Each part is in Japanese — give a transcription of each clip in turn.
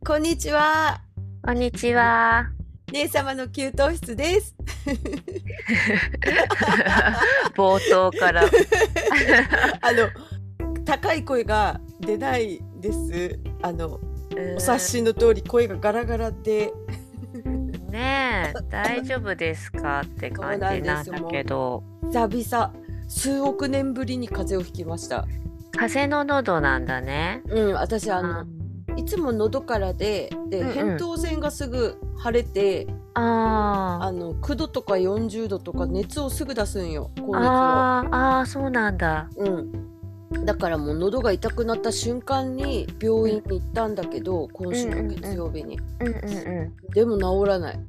こんにちは。 こんにちは。 姉様の給湯室です。 冒頭から。 あの、高い声が出ないです。お察しの通り声がガラガラで。 ねえ、大丈夫ですかって感じなんだけど。 久々、数億年ぶりに風邪をひきました。 風の喉なんだね。 私いつも喉からで、扁桃腺がすぐ腫れて、9度とか40度とか熱をすぐ出すんよ、高熱を。 そうなんだ。 だからもう喉が痛くなった瞬間に病院に行ったんだけど、今週の月曜日に。でも治らない。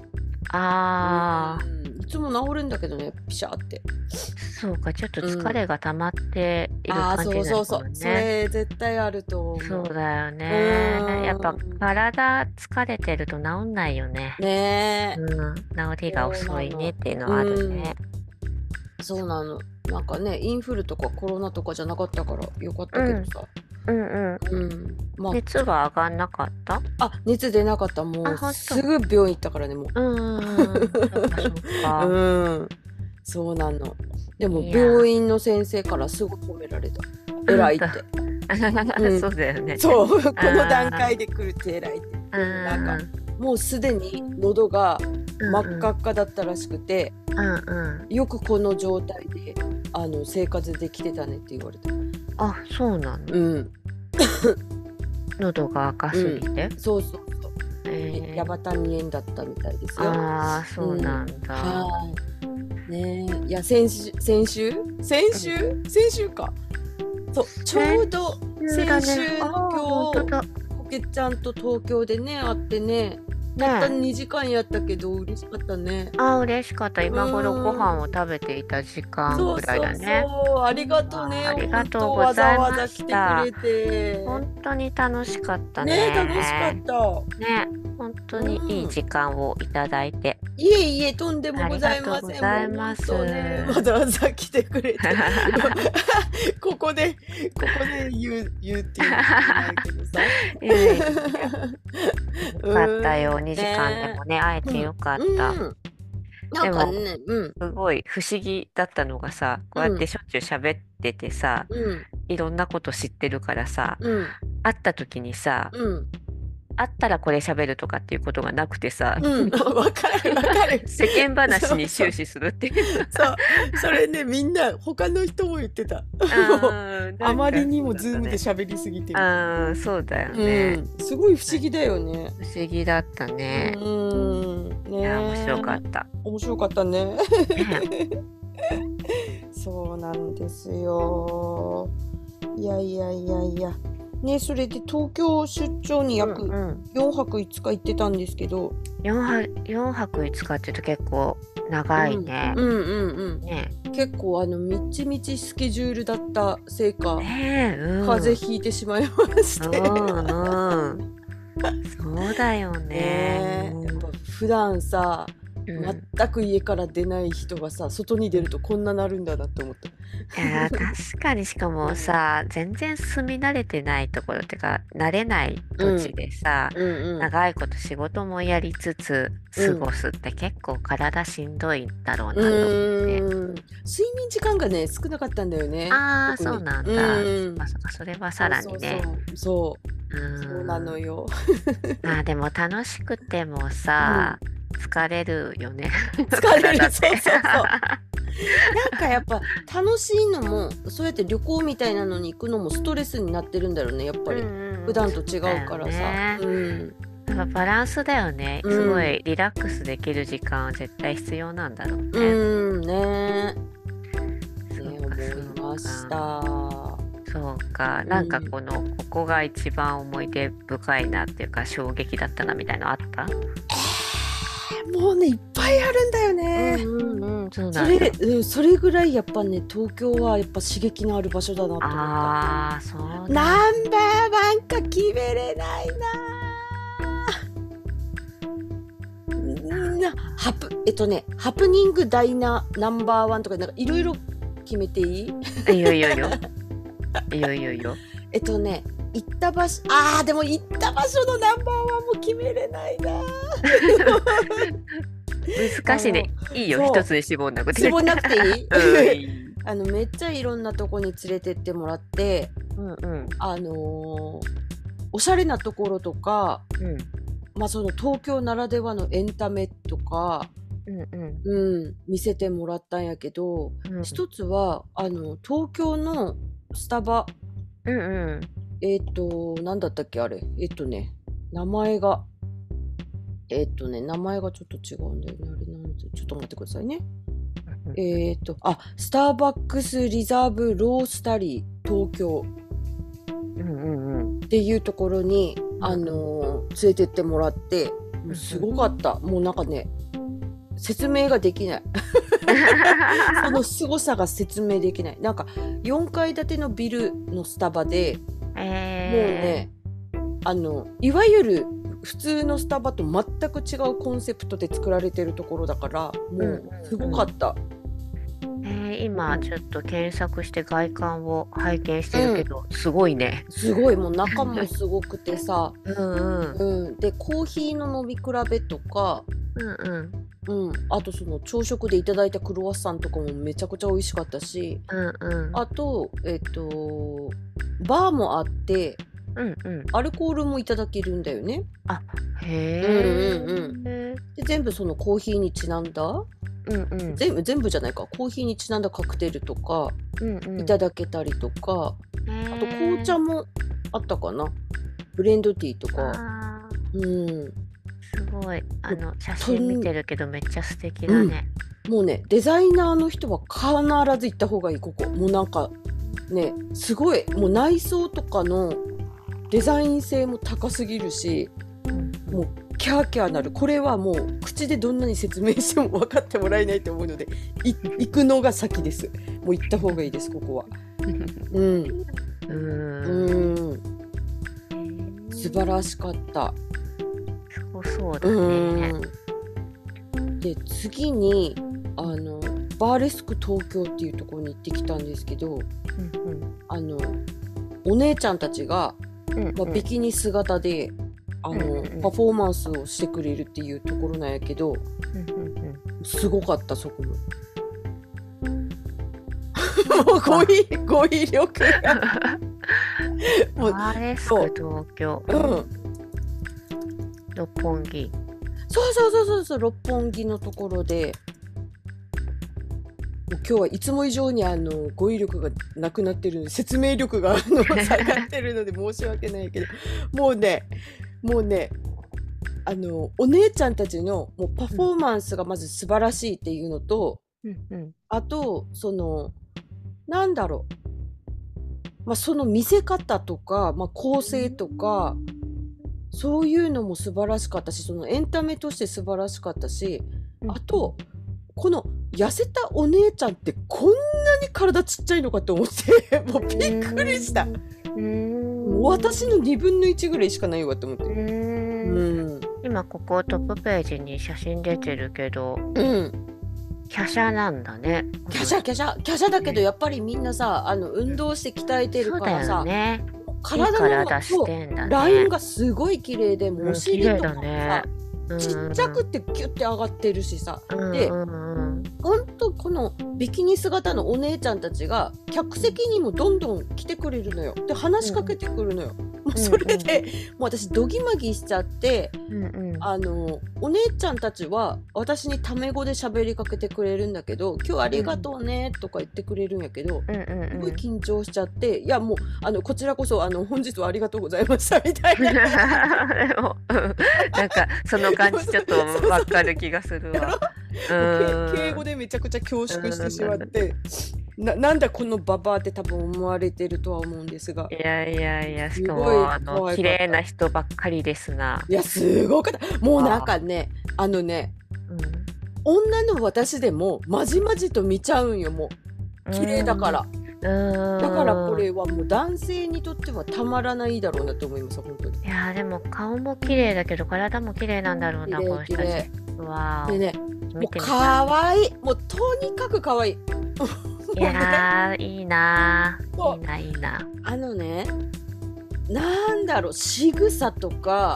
いつも治るんだけどね、ピシャって。 そうか、ちょっと疲れが溜まっている感じなのかもね。 そうそれ絶対あると思う。 そうだよね。やっぱ体疲れてると治んないよね。 ね治りが遅いねっていうのはあるね。 そうなの。なんかね、インフルとかコロナとかじゃなかったからよかったけどさ。 熱は上がんなかった？ 熱出なかった。もうすぐ病院行ったからね、もう。そうなの。でも病院の先生からすごい褒められた。偉いって。 そうだよね。 そう、この段階で来るって偉いって。なんかもうすでに喉が真っ赤っかだったらしくて、よくこの状態で生活できてたねって言われた。 そうなの。喉が赤すぎて。 そう。ヤバタニ炎だったみたいですよ。 そうなんだ。 ねえ、いや先週か。そう、ちょうど先週の今日コケちゃんと東京でね会ってね。たった2時間やったけど嬉しかったね。 嬉しかった。今頃ご飯を食べていた時間ぐらいだね。 そうありがとうね。 ありがとうございました。 わざわざ来てくれて。 本当に楽しかったね。 楽しかった。 ね、本当にいい時間をいただいて。 いえ、とんでもございません。 ありがとうございます。 わざわざ来てくれて。ここで言うっていうのないけどさ。 よかったよ。2時間でもね、会えてよかった。でも、すごい不思議だったのがさ、こうやってしょっちゅう喋っててさ、いろんなこと知ってるからさ、会った時にさ、会ったらこれ喋るとかっていうことがなくてさ、 わかる。 世間話に終始するっていう。 それね、みんな他の人も言ってた。あまりにもズームで喋りすぎてる。 そうだよね。 すごい不思議だよね。 不思議だったね。いや、面白かった。 面白かったね。そうなんですよ。いや。ね、それで東京出張に約4泊5日行ってたんですけど、 4泊5日って言うと結構長いね。 結構みっちみちスケジュールだったせいか、風邪ひいてしまいまして。 そうだよね。 やっぱ普段さ、全く家から出ない人がさ、外に出るとこんななるんだなって思った。 いや確かに。しかもさ、全然住み慣れてないところってか慣れない土地でさ、長いこと仕事もやりつつ過ごすって結構体しんどいんだろうなと思って。睡眠時間がね少なかったんだよね。 そうなんだ。それはさらにね。 そうなのよ。 でも楽しくてもさ、疲れるよね。 疲れる。そう。なんかやっぱ楽しいのもそうやって旅行みたいなのに行くのもストレスになってるんだろうね、やっぱり。普段と違うからさ。 バランスだよね。すごいリラックスできる時間は絶対必要なんだろうね。 思いました。 そうか。なんかここが一番思い出深いなっていうか衝撃だったなみたいなのあった？ もうね、いっぱいあるんだよね。それぐらいやっぱね、東京はやっぱ刺激のある場所だなと思った。 そうナンバーワンか決めれないな。ハプニングナンバーワンとかなんかいろいろ決めていい？ いいよ。 行った場所、でも行った場所のナンバーワンも決めれないな。 難しいね。いいよ、一つに絞んなくて。 絞んなくていい？ うん、 めっちゃいろんなとこに連れてってもらって、おしゃれなところとか、その東京ならではのエンタメとか、見せてもらったんやけど、一つは東京のスタバ、なんだったっけあれ、名前が名前がちょっと違うんだよね。あれなんで、ちょっと待ってくださいね。スターバックスリザーブロースタリー東京っていうところに、連れてってもらって、もうすごかった。もうなんかね、説明ができない。その凄さが説明できない。なんか4階建てのビルのスタバで、もうね、いわゆる普通のスタバと全く違うコンセプトで作られてるところだから、もうすごかった。 今ちょっと検索して外観を拝見してるけど、すごいね。 すごい、もう中もすごくてさ、でコーヒーの飲み比べとか、あとその朝食でいただいたクロワッサンとかもめちゃくちゃ美味しかったし、あとバーもあって、アルコールもいただけるんだよね。で全部そのコーヒーにちなんだ、全部じゃないか、コーヒーにちなんだカクテルとかいただけたりとか、あと紅茶もあったかな、ブレンドティーとか。 すごい、写真見てるけどめっちゃ素敵だね。 もうね、デザイナーの人は必ず行った方がいい、ここ。もうなんかね、すごい、もう内装とかのデザイン性も高すぎるし、もうキャーキャーなる。これはもう口でどんなに説明しても分かってもらえないと思うので、行くのが先です。もう行った方がいいです、ここは。素晴らしかった。 そうだね。 で次にバーレスク東京っていうところに行ってきたんですけど、お姉ちゃんたちが、ビキニ姿でパフォーマンスをしてくれるっていうところなんやけど、すごかった、そこも。もう語彙力がバーレスク東京、六本木。 そう六本木のところで、もう今日はいつも以上に語彙力がなくなってるので、説明力が下がってるので申し訳ないけど、もうねお姉ちゃんたちのもうパフォーマンスがまず素晴らしいっていうのと、あとそのなんだろう、その見せ方とか、構成とか、そういうのも素晴らしかったし、そのエンタメとして素晴らしかったし、あとこの痩せたお姉ちゃんってこんなに体ちっちゃいのかと思って、もうびっくりした。私の2分の1ぐらいしかないわって思って。 今ここトップページに写真出てるけど、華奢なんだね。 華奢だけど、やっぱりみんなさ、運動して鍛えてるからさ、体のしてんだね、 ラインがすごい綺麗で、お尻とかもさ、ちっちゃくてキュッて上がってるしさ、でほんとこのビキニ姿のお姉ちゃんたちが客席にもどんどん来てくれるのよ。で話しかけてくるのよ。もうそれでもう私ドギマギしちゃって、お姉ちゃんたちは私にタメ語で喋りかけてくれるんだけど、今日ありがとうねとか言ってくれるんやけど、すごい緊張しちゃって、いやもうこちらこそ本日はありがとうございましたみたいな。 でもなんかその感じちょっと分かる気がするわ。 敬語でめちゃくちゃ恐縮してしまって、なんだこのババアって多分思われてるとは思うんですが、 いやしかも綺麗な人ばっかりですな。 いやすごかった。もうなんかね、女の私でもまじまじと見ちゃうんよ、もう綺麗だから。だからこれはもう男性にとってはたまらないだろうなと思います、本当に。 いやでも顔も綺麗だけど体も綺麗なんだろうな、この人たちは。 でね、もうかわいい、もうとにかくかわいい。 いやいいないいな。 なんだろう、仕草とか、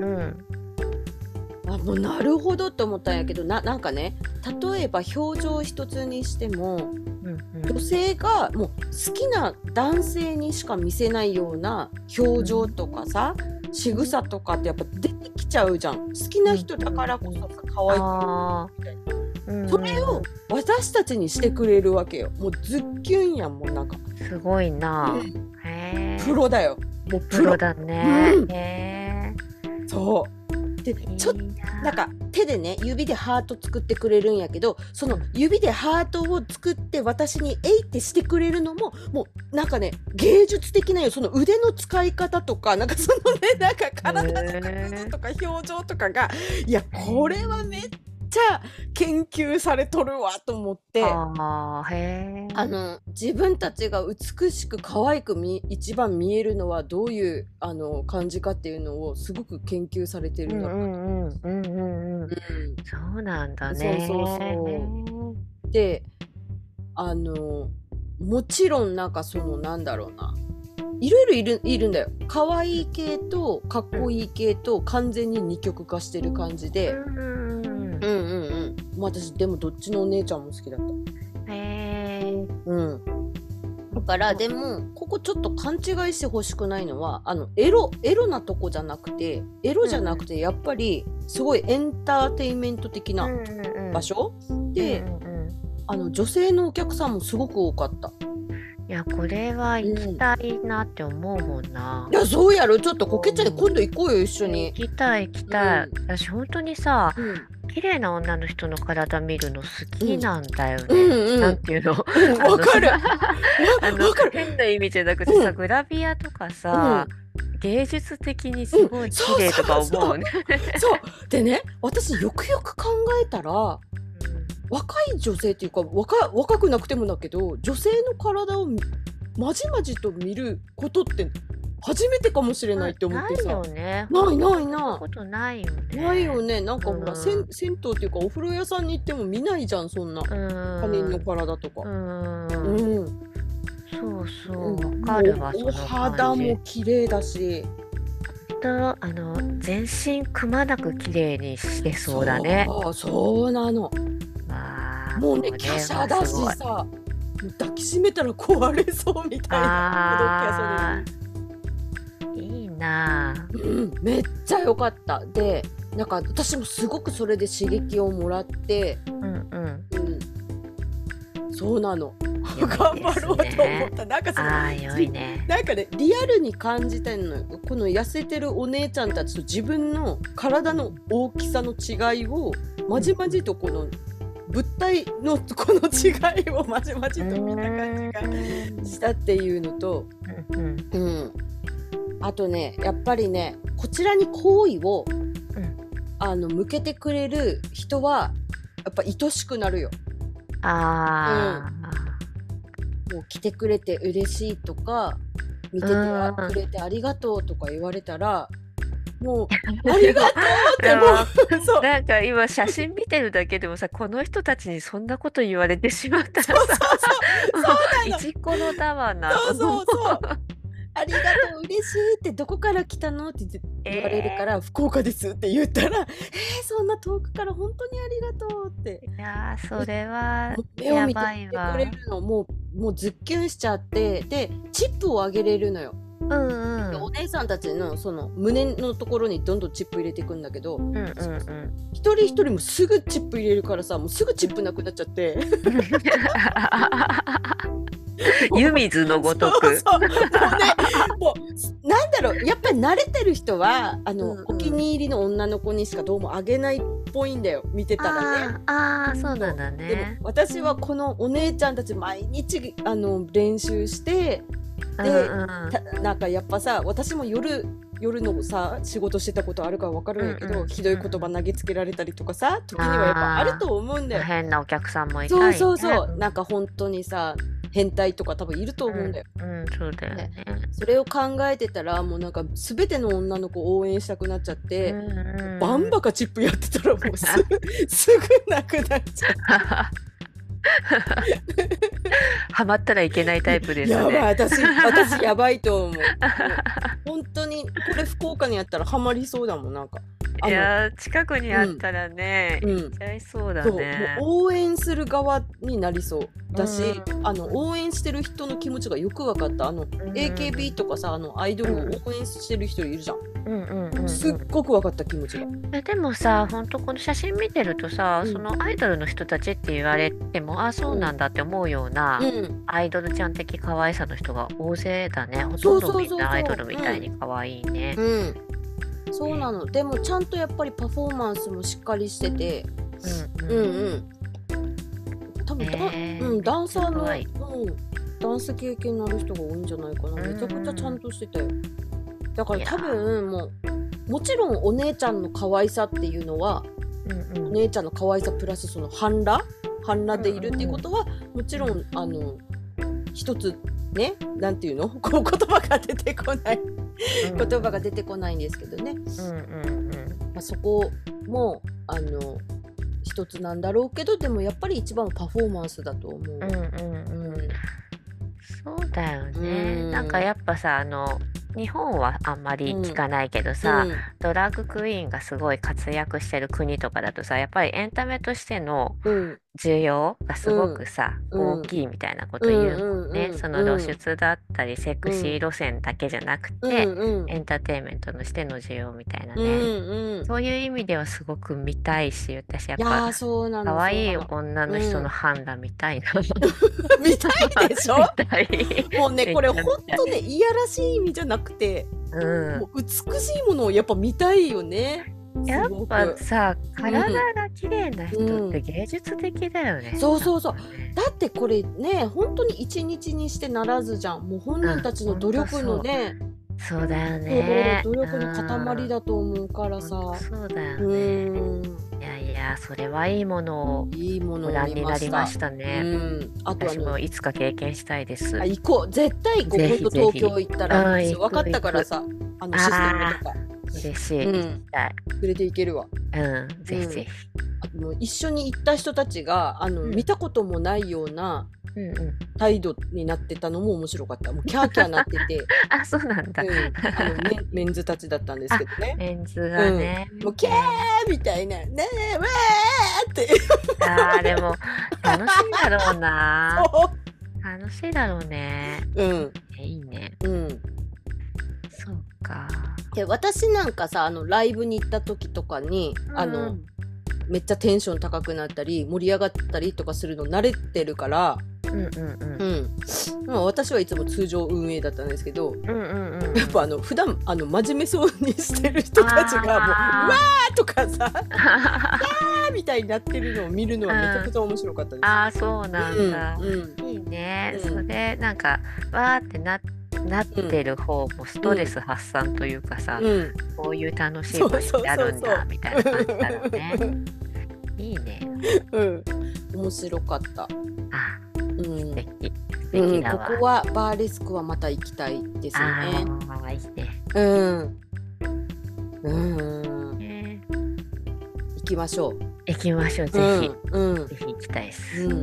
もうなるほどって思ったんやけど、なんかね、例えば表情一つにしても、女性がもう好きな男性にしか見せないような表情とかさ、仕草とかってやっぱ出てきちゃうじゃん。好きな人だからこそさ、可愛くみたいな。それを私たちにしてくれるわけよ。もうズッキュンやん、もうなんか。 すごいな。 プロだよ。もうプロだね。 そう。でちょっとなんか手でね、指でハート作ってくれるんやけど、その指でハートを作って私にえいってしてくれるのも、もうなんかね、芸術的なよ。その腕の使い方とか、なんかそのね、なんか体の角度とか表情とかが、いやこれはめっちゃ研究されとるわと思って、自分たちが美しく可愛く一番見えるのはどういう感じかっていうのをすごく研究されてるんだそうなんだね。 そうで、もちろんなんかそのなんだろうな、いろいろいるんだよ。可愛い系とかっこいい系と完全に二極化してる感じで。私でもどっちのお姉ちゃんも好きだった。だからでもここちょっと勘違いしてほしくないのは、エロなとこじゃなくて、やっぱりすごいエンターテインメント的な場所で、女性のお客さんもすごく多かった。 いや、これは行きたいなって思うもんな。 いや、そうやろ。ちょっとこけちゃんで今度行こうよ、一緒に。 行きたい。私本当にさ、綺麗な女の人の体見るの好きなんだよね。なんていうの、わかる。 変な意味じゃなくてさ、グラビアとかさ、芸術的にすごい綺麗とか思うね。 そうでね、私よくよく考えたら、若い女性っていうか、若くなくてもだけど、女性の体をまじまじと見ることって初めてかもしれないって思ってさ。 ないよね。 ない。 そんなことないよね。 ないよね。なんかほら、銭湯っていうかお風呂屋さんに行っても見ないじゃん、そんな他人の体とか。 そうそう、わかるわ。 お肌も綺麗だし、 全身くまなく綺麗にしてそうだね。 そうなの。もうね、華奢だしさ、抱きしめたら壊れそうみたいな。 いいな。 めっちゃ良かった。で、なんか私もすごくそれで刺激をもらって、そうなの。頑張ろうと思った。なんかそのなんかね、リアルに感じたのよ。この痩せてるお姉ちゃんたちと自分の体の大きさの違いをまじまじと、この物体のこの違いをまじまじと見た感じがしたっていうのと、あとね、やっぱりね、こちらに好意を向けてくれる人はやっぱ愛しくなるよ。もう来てくれて嬉しいとか、見ててくれてありがとうとか言われたら、もうありがとうってもうそう、 なんか今写真見てるだけでもさ、この人たちにそんなこと言われてしまったらさ、いちこのだわな。 そうありがとう、嬉しいって、どこから来たのって言われるから、福岡ですって言ったら、そんな遠くから本当にありがとうって。 いやそれはやばいわ。 目を見てくれるの、もうズッキュンしちゃって、でチップをあげれるのよ。お姉さんたちのその胸のところにどんどんチップ入れていくんだけど、一人一人もすぐチップ入れるからさ、もうすぐチップなくなっちゃって。 湯水のごとく。 もうなんだろう、やっぱり慣れてる人はお気に入りの女の子にしかどうもあげないっぽいんだよ、見てたらね。 そうなんだね。 でも私はこのお姉ちゃんたち毎日練習して、で、なんかやっぱさ、私も夜のさ仕事してたことあるから分かるんやけど、ひどい言葉投げつけられたりとかさ、時にはやっぱあると思うんだよ。 変なお客さんもいたりね。 そうなんか本当にさ、変態とか多分いると思うんだよ。 そうだよね。 それを考えてたら、もうなんか全ての女の子を応援したくなっちゃって、バンバカチップやってたらもうすぐなくなっちゃう。 ハマったらいけないタイプですやばい、 ね。 私やばいと思う。もう本当にこれ福岡にあったらハマりそうだもん、なんか。 いやー、近くにあっうん、 たらね、 うん。 行っちゃいそうだそう、もうね。 応援する側になりそううだし、 ん。 応援してる人の気持ちがよく分かった。 うん。 AKB とかさ、アイドルをうん。 応援してる人いるじゃん。 うんうんうんすっうん。 ごく分かった気持ちが。 でもさ、ほんとこの写真見てるとさ、そうん、 のアイドルの人たちって言われても、あ、そううん、 なんだって思うよううなん。 アイドルちゃん的可愛さの人が大勢だね。ほとんどそうそうみんなアイドそうそルみたいに可愛いね。 う。うん。そうなね。 の。でもちゃんとやっぱりパフォーマンスもしっかりしてて、 うんうんうん。 うん。多分めっダンサーの、 ちゃ可愛い。 ダンス経験のある人が多いんじゃないかな。 うめちゃくちゃちゃんん。 としてたよ。だから多いや分もちろんお姉ちゃんの可愛さっていうのは、 ー、うんうん。 お姉ちゃんの可愛さプラスその半裸でいるっていうことは、もちろん一つね、なんていうのこう言葉が出てこないうん言葉が出てこないんですけどね。 うんうんまあ、そこも一つなんだろうけど、でもやっぱり一番はパフォーマンスだと思う。 うんうんうんうん。そうだようね。なんかんやっぱさ、日本はあんまり聞うんかないけどさ、 うんドラッグクイーンがすごい活躍してる国とかだとさ、やっぱりエンタメとしてのうん需要がすごうんくさ、 うん大きいみたいなこうんと言うもんね。 うんその露うん出だったり、セクうんシー路線だけじゃなくうて、 んうんエンターテインメントとしての需要みたいなうんね。 うん。 そういう意味ではすごく見たいし、私やっぱ、 いやー、そうなの、 可愛いそうなの。 女の人のうん。 判断見たいな。 見たいでしょ。 見たい。 もうね、 めっこれほんちゃ見たい。 とね、いやらしい意味じゃなくて、 うん。 もう美しいものをやっぱ見たいよね。すやっぱごく。 さ、体うん。 が綺麗なう人ってん。 芸術的だよね。なんそうそうそう。 かね。 だってこれね、本当に一日にしてならずじゃん。もう本うん、 人たちのほん努力とそう。 のね、 そうだよそう、 ね。 努う力の塊ん。 だと思うからほんとさ。 そうだようね。 ーん。 いやいや、それはいいものをいいものを見ご覧になました。 りましたうね。 ん。あと私もいつか経験したいです。 行こう。絶対行こう。 ぜほんと東ひぜひ。 京行ったら。 うん、 私行分かったく行く。 からさ、システムとああ、 か。 嬉しい。行きうん。 たい。 連れて行けるわ。 うん、ぜうん。 ひぜひ。 一緒に行った人たちが、 うん、 見たこともないようなうんうん。 態度になってたのも面白かった。もうキャーキャーなってて、 あ、そうなんだ。 メンズたちだったんですあ、 けどね。 メンズがうん。 ね。 もう、キャーみたいな、ねえ、わーって。 ああ、でも、楽しいだろうな。 そ楽しいだろうね。 う。ういいん。 ね、いいね。 うん。 そうか。 で、私なんかさ、ライブに行った時とかに、 うんうん。 めっちゃテンション高くなったり、盛り上がったりとかするの慣れてるから、 うんうんうん。 うん。まあ、私はいつも通常運営だったんですけど、 うんうんうんうん。 やっぱ普段真面目そうにしてる人たちがもう、うわあーとかさ、 あ。 ーみたいになってるのを見るのはめちゃくちゃ面白かったです。 ああ、そうなんだ。 うん、 いいね。 うん、 それ、なんか、わーってなっうん、 てる方もストレうん、 ス発散というかさ、 うん。 こういう楽しいそうそう場所にあそうそう。 るんだ、みたいな感じだろうね。いいね。 うん、面白かった。 あ、 うん、 素敵。素うん、 敵だわ。 ここはバーレスクはまた行きたいですね。 ああ、いいね。 うん、うん、 ね、 行きましょう。 行きましょう、 うぜひ。 ん、うん、 ぜひ行きたいでうす。 ん、うん。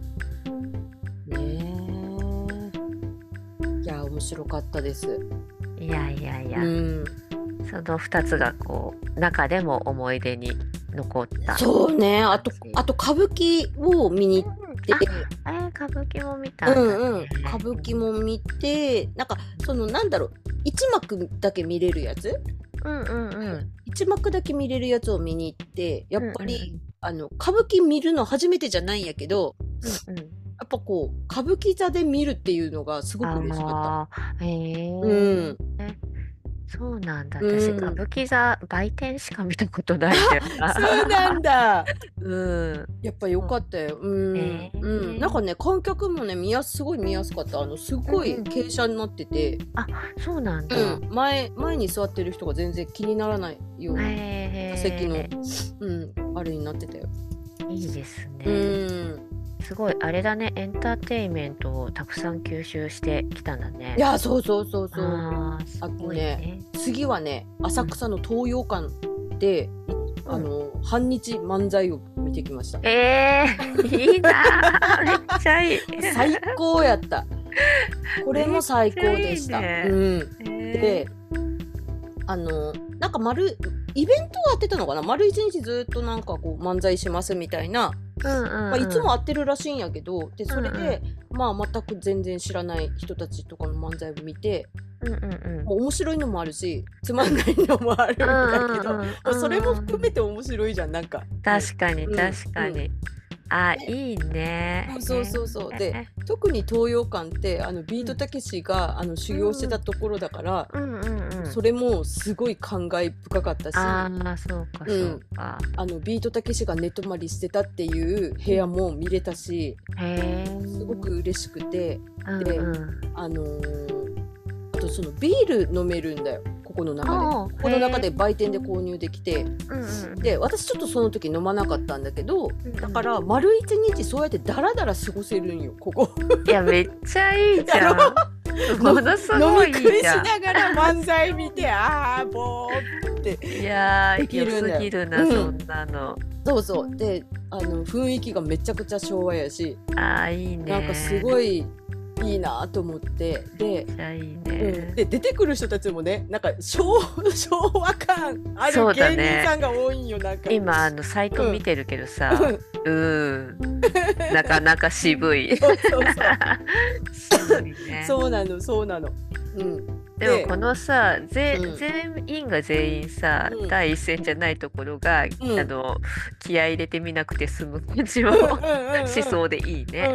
ねえ。いや、面白かったです。 いやいやいや、 うん。 その2つがこう、中でも思い出に残ったそうね。あと、 話。 歌舞伎を見に行っうん、 て、 歌舞伎も見うたんだんうん。歌ね。 舞伎も見て、なんか、なんだろう、一幕だけ見れるやつうんうんうん。 一幕だけ見れるやつを見に行って、やっうんうんぱり、歌舞伎見るの初めてじゃないんやけど、 うんうん。 やっぱこう、歌舞伎座で見るっていうのがすごく嬉しかった。 ああ、へうえ。 ん。 そうなんだ。 う私、歌ん。 舞伎座、売店しか見たことないんだよそうなな。 んだ。 うん。 やっぱ良そう。 かったよ。うん。うん。なんかええ。 ね、観客もね、すごい見やすかった。すごいうんうん。 傾斜になってて、 あ、そうなんうだ。 ん。前に座ってる人が全然気にならないような座席の、 へえ。 うん、あれになってたよ。 いいですうね。 ん。 すごい、あれだね。エンターテインメントをたくさん吸収してきたんだね。 いや、そうそうそうそう。 ああ、すあとごいね、 ね。 次はね、 うん。 浅草の東洋館で、 うん。 半日漫才をめちてきました。 いいなめっちゃいい。 最高やった。これも最高でした。で、なんかイベントがやってたのかな、丸一日ずっとなんかこう漫才しますみたいな、いつも会ってるらしいんやけど、でそれで、全く全然知らない人たちとかの漫才を見て、面白いのもあるしつまんないのもあるんだけど、それも含めて面白いじゃん、なんか。 確かに確かに。いいね。 そうで、特に東洋館ってビートたけしが修行してたところだから、それもすごい感慨深かったし、 そうかそうか。 ビートたけしが寝泊まりしてたっていう部屋も見れたし、すごく嬉しくて、で、あとそのビール飲めるんだよ、ここの中で。この中で売店で購入できて、で私ちょっとその時飲まなかったんだけど、だから丸一日そうやってダラダラ過ごせるんよ、ここ。 いやめっちゃいいじゃん。ものすごいいいじゃん。 飲み食いしながら漫才見て、ボーって。 いやー良すぎるな、そんなの。 そうで、雰囲気がめちゃくちゃ昭和やし、 いいね。 なんかすごいいいなと思って、で、で出てくる人たちもね、なんか昭和感ある芸人さんが多いんよ。なんか今サイト見てるけどさ、なかなか渋い。 そうなの。 でもこのさ、全員が全員さ、第一線じゃないところが、気合い入れてみなくて済む感じもしそうでいいね。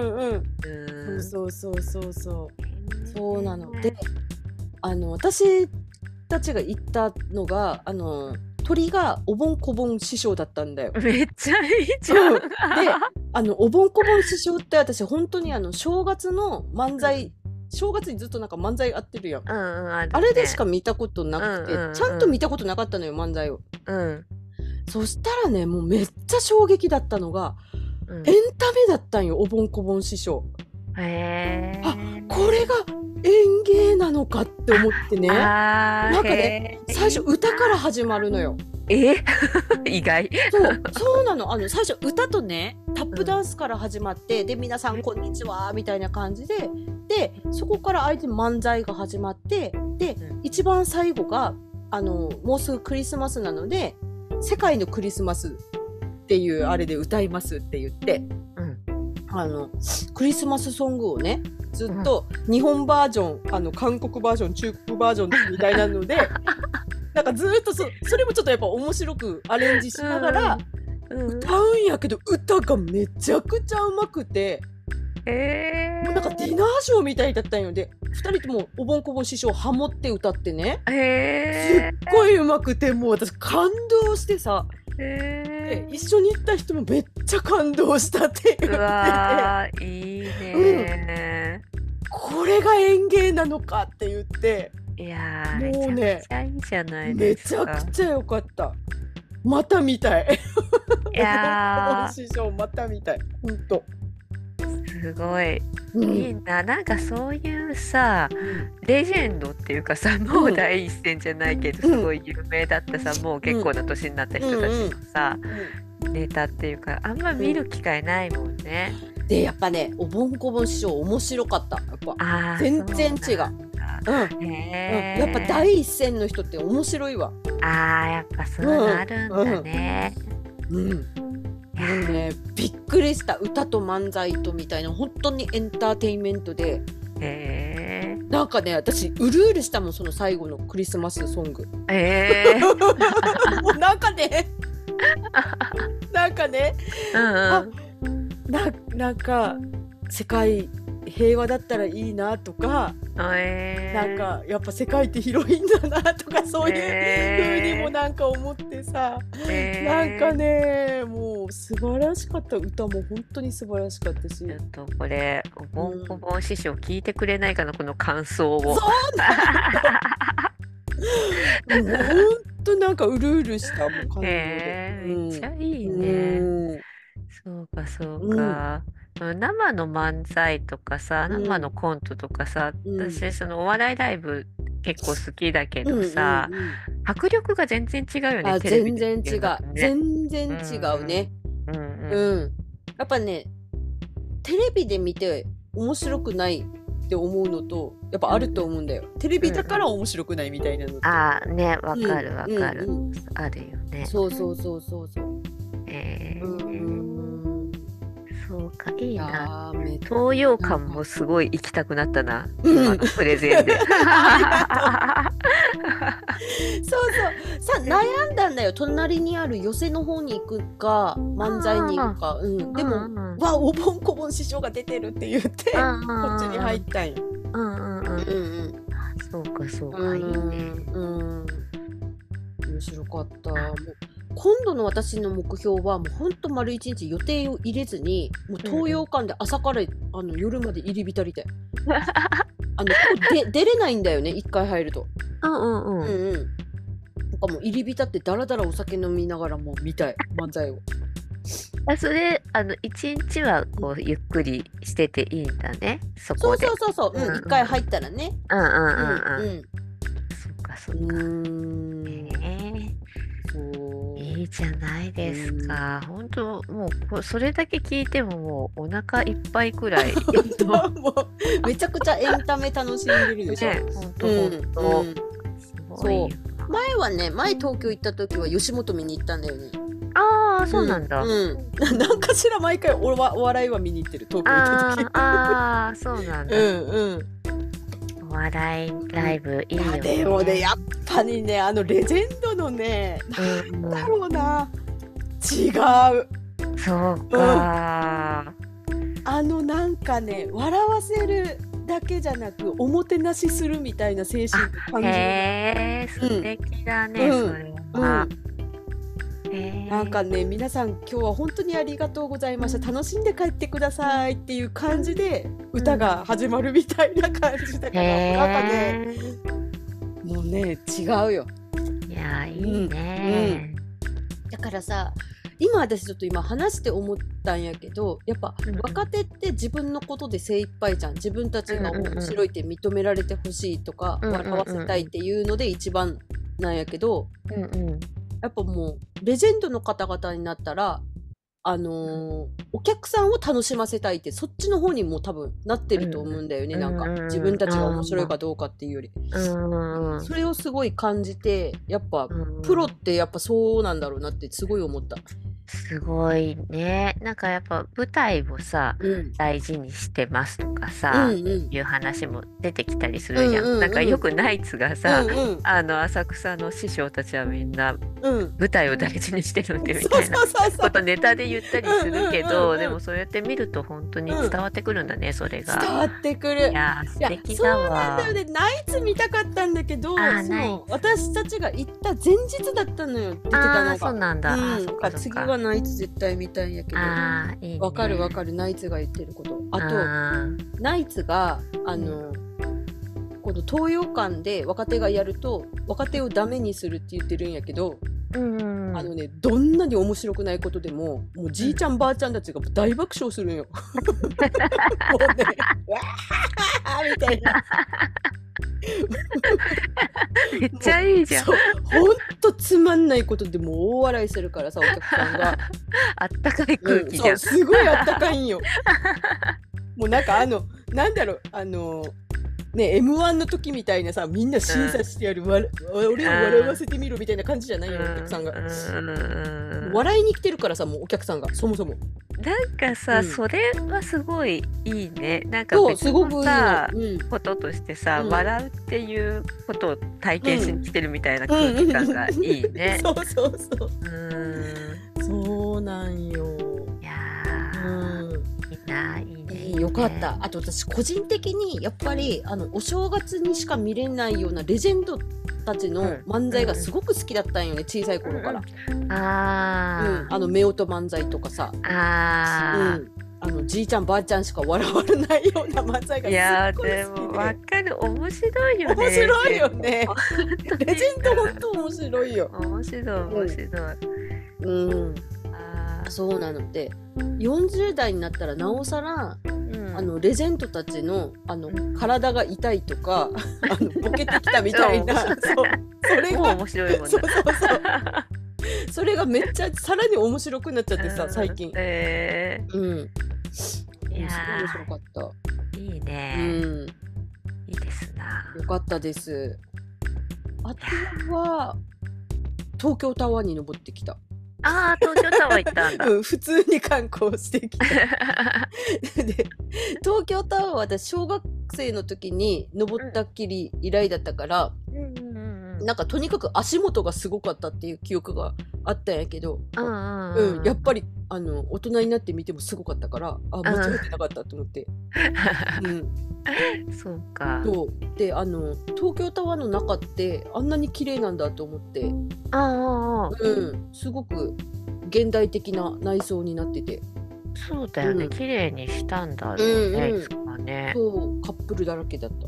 そうなので、私たちが行ったのが鳥がおぼんこぼん師匠だったんだよ。 めっちゃいいじゃん。でおぼんこぼん師匠って私本当に正月の漫才、正月にずっとなんか漫才やってるやん。あれでしか見たことなくて、ちゃんと見たことなかったのよ、漫才を。そしたらね、もうめっちゃ衝撃だったのが、エンタメだったんよ、おぼんこぼん師匠。これが演芸なのかって思ってね。なんかね、最初歌から始まるのよ。 意外。 そうなの。最初歌とね、タップダンスから始まって、で皆さんこんにちはみたいな感じで、そこから相手漫才が始まって、で一番最後がもうすぐクリスマスなので、世界のクリスマスっていうあれで歌いますって言って、クリスマスソングをね、ずっと日本バージョン、韓国バージョン、中国バージョンみたいなのでなんかずっとそれもちょっとやっぱ面白くアレンジしながら歌うんやけど、歌がめちゃくちゃうまくて、もうなんかディナーショーみたいだったんよ。で2人ともおぼんこぼん師匠ハモって歌ってね、すっごいうまくて、もう私感動してさ、一緒に行った人もめっちゃ感動したって言ってて、 いいね、 これが演芸なのかって言って、 いやもうね、 めちゃくちゃいいじゃないですか。 めちゃくちゃ良かった。また見たい。 いや師匠また見たい。ほんとすごい、いいな。なんかそういうさ、レジェンドっていうかさ、もう第一線じゃないけど、すごい有名だったさ、もう結構な年になった人たちのさ、ネタっていうか、あんま見る機会ないもんね。 でやっぱね、おぼんこぼん師匠面白かった。やっぱ全然違う。やっぱ第一線の人って面白いわ。 やっぱそういうのあるんだね。 びっくりした。歌と漫才とみたいな、本当にエンターテインメントで、なんかね、私うるうるしたもん、その最後のクリスマスソング。なんかねなんか世界平和だったらいいなとか、なんかやっぱ世界って広いんだなとか、そういう風にもなんか思ってさ、なんかね、もう素晴らしかった。歌も本当に素晴らしかったし。 ちょっとこれおぼんこぼん師匠聞いてくれないかな、この感想を。 そうなんだ。本当なんかうるうるしたもん、感動で。 めっちゃいいね。そうかそうか。生の漫才とかさ、生のコントとかさ、私そのお笑いライブ結構好きだけどさ、迫力が全然違うよね。 全然違う。全然違うね。 やっぱね、テレビで見て面白くないって思うのとやっぱあると思うんだよ。テレビだから面白くないみたいなのって。 ああね、わかるわかる、あるよね。 そうそうそうそうそう。 そうか、いいな。東洋館もすごい行きたくなったな、今のプレゼンで。そうそう。さ、悩んだんだよ。隣にある寄席の方に行くか、漫才に行くか。でも、わ、おぼんこぼん師匠が出てるって言って、こっちに入ったんよ。 そうか、そうか、いいね。 面白かった。もう今度の私の目標はもうほんと丸一日予定を入れずにもう東洋館で朝から夜まで入り浸りたい。出れないんだよね、一回入ると。なんかもう入り浸ってだらだらお酒飲みながらもう見たい漫才を。 それ一日はこうゆっくりしてていいんだね、そこで。 そう一回入ったらね。 そっかそっか。いいじゃないですか。本当もうそれだけ聞いてももうお腹いっぱいくらい。 もうめちゃくちゃエンタメ楽しんでるでしょ。本当。そう。前東京行った時は吉本見に行ったんだよね。 ああ、そうなんだ。 なんかしら毎回お笑いは見に行ってる、東京行った時。 ああ、そうなんだ。お笑いライブいいよね。 でもね、やっぱりね、レジェンドのね、なんだろうな、違う。 そうか。 なんかね、笑わせるだけじゃなく、おもてなしするみたいな精神を感じる。 へー、素敵だね、それは。 なんかね、皆さん今日は本当にありがとうございました、楽しんで帰ってくださいっていう感じで歌が始まるみたいな感じだから、なんかね、もうね、違うよ。 いや、いいね。 だからさ、私ちょっと話して思ったんやけど、やっぱ若手って自分のことで精一杯じゃん。自分たちが面白いって認められてほしいとか、笑わせたいっていうので一番なんやけど、やっぱもうレジェンドの方々になったらお客さんを楽しませたいって、そっちの方にも多分なってると思うんだよね。なんか自分たちが面白いかどうかっていうより、それをすごい感じて、やっぱプロってやっぱそうなんだろうなってすごい思った。 すごいね。なんかやっぱ舞台をさ、大事にしてますとかさ、いう話も出てきたりするじゃん。なんかよくナイツがさ、浅草の師匠たちはみんな舞台を大事にしてるんでみたいなことネタで言ったりするけど、でもそうやって見ると本当に伝わってくるんだね、それが。 伝わってくる。 いや、素敵だわ。 そうなんだよね。ナイツ見たかったんだけど、私たちが行った前日だったのよ、出てたのが。 そうなんだ。 次はナイツ絶対見たいんやけど、わかるわかる、ナイツが言ってること。あとナイツがこの東洋館で若手がやると若手をダメにするって言ってるんやけど、どんなに面白くないことでももうじいちゃんばあちゃんたちが大爆笑するんよ。もうね、わーみたいな。 めっちゃいいじゃん。 ほんとつまんないことでも大笑いするからさ、お客さんが。 あったかい空気じゃん。 すごいあったかいんよ。もうなんかなんだろう、ね、M1 の時みたいなさ、みんな審査してやる、俺を笑わせてみろみたいな感じじゃないよ、お客さんが。笑いに来てるからさ、もうお客さんがそもそも。 なんかさ、それはすごいいいね。なんか別のさ、こととしてさ、笑うっていうことを体験しに来てるみたいな空気感がいいね。 そうそうそう。そうなんよ。 いやー、いいな、いいね。 よかった。あと私個人的にやっぱりお正月にしか見れないようなレジェンドたちの漫才がすごく好きだったんよね、小さい頃から。夫婦漫才とかさ、じいちゃんばあちゃんしか笑われないような漫才がすごく好きで。いやでも分かる、面白いよね。 面白いよね。レジェンド本当面白いよ。 面白い面白い。 そうなので40代になったらなおさら、レジェンドたちの体が痛いとかボケてきたみたいな、それが面白いもんね。 それがめっちゃさらに面白くなっちゃってさ、最近。 いすごい面白かった。 いいね。いいですな。 よかったです。あとは東京タワーに登ってきた。 ああ、東京タワー行ったんだ。 普通に観光してきた。で、東京タワーは私小学生の時に登ったっきり以来だったから、なんかとにかく足元がすごかったっていう記憶があったんやけど、やっぱり大人になってみてもすごかったから、間違ってなかったと思って。 そうか。 で、東京タワーの中ってあんなに綺麗なんだと思って、すごく現代的な内装になってて。 そうだよね、綺麗にしたんだろうね、いつかね。 そう、カップルだらけだった。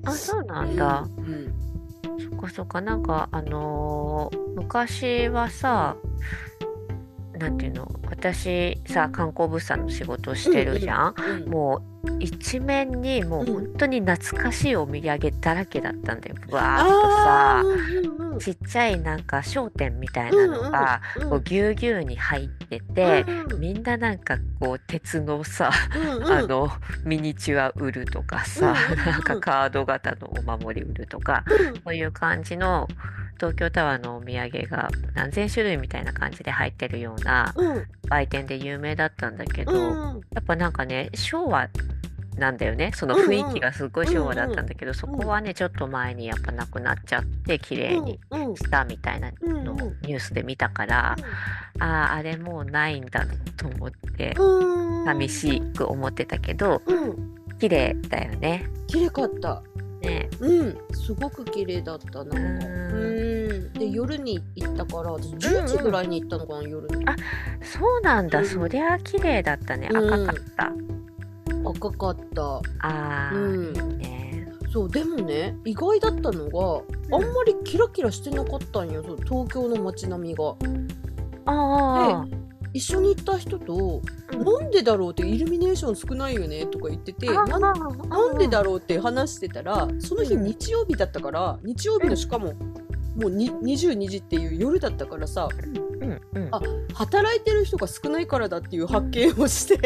そうなんだ。そっかそっか、なんか昔はさ、なんていうの、私さ観光物産の仕事をしてるじゃん。もう一面にもう本当に懐かしいお土産だらけだったんだよ。わーっとさ、ちっちゃいなんか商店みたいなのがこうぎゅうぎゅうに入ってて、みんななんかこう鉄のさ、ミニチュア売るとかさ、なんかカード型のお守り売るとか、こういう感じの東京タワーのお土産が何千種類みたいな感じで入ってるような売店で有名だったんだけど、やっぱなんかね、昭和なんだよね。その雰囲気がすごい昭和だったんだけど、そこはねちょっと前にやっぱなくなっちゃって綺麗にしたみたいなのをニュースで見たから、あれもうないんだなと思って寂しく思ってたけど、綺麗だよね。 綺麗かったね。 すごく綺麗だった。なんかで夜に行ったから、私10時ぐらいに行ったのかな、夜に。 そうなんだ。そりゃ綺麗だったね。赤かった。 赤かった。 いいね。 そう、でもね、意外だったのが、あんまりキラキラしてなかったんよ、東京の街並みが。で、一緒に行った人と、なんでだろうって、イルミネーション少ないよねとか言ってて、なんでだろうって話してたら、その日日曜日だったから、日曜日のしかももう22時っていう夜だったからさ、働いてる人が少ないからだっていう発見をして、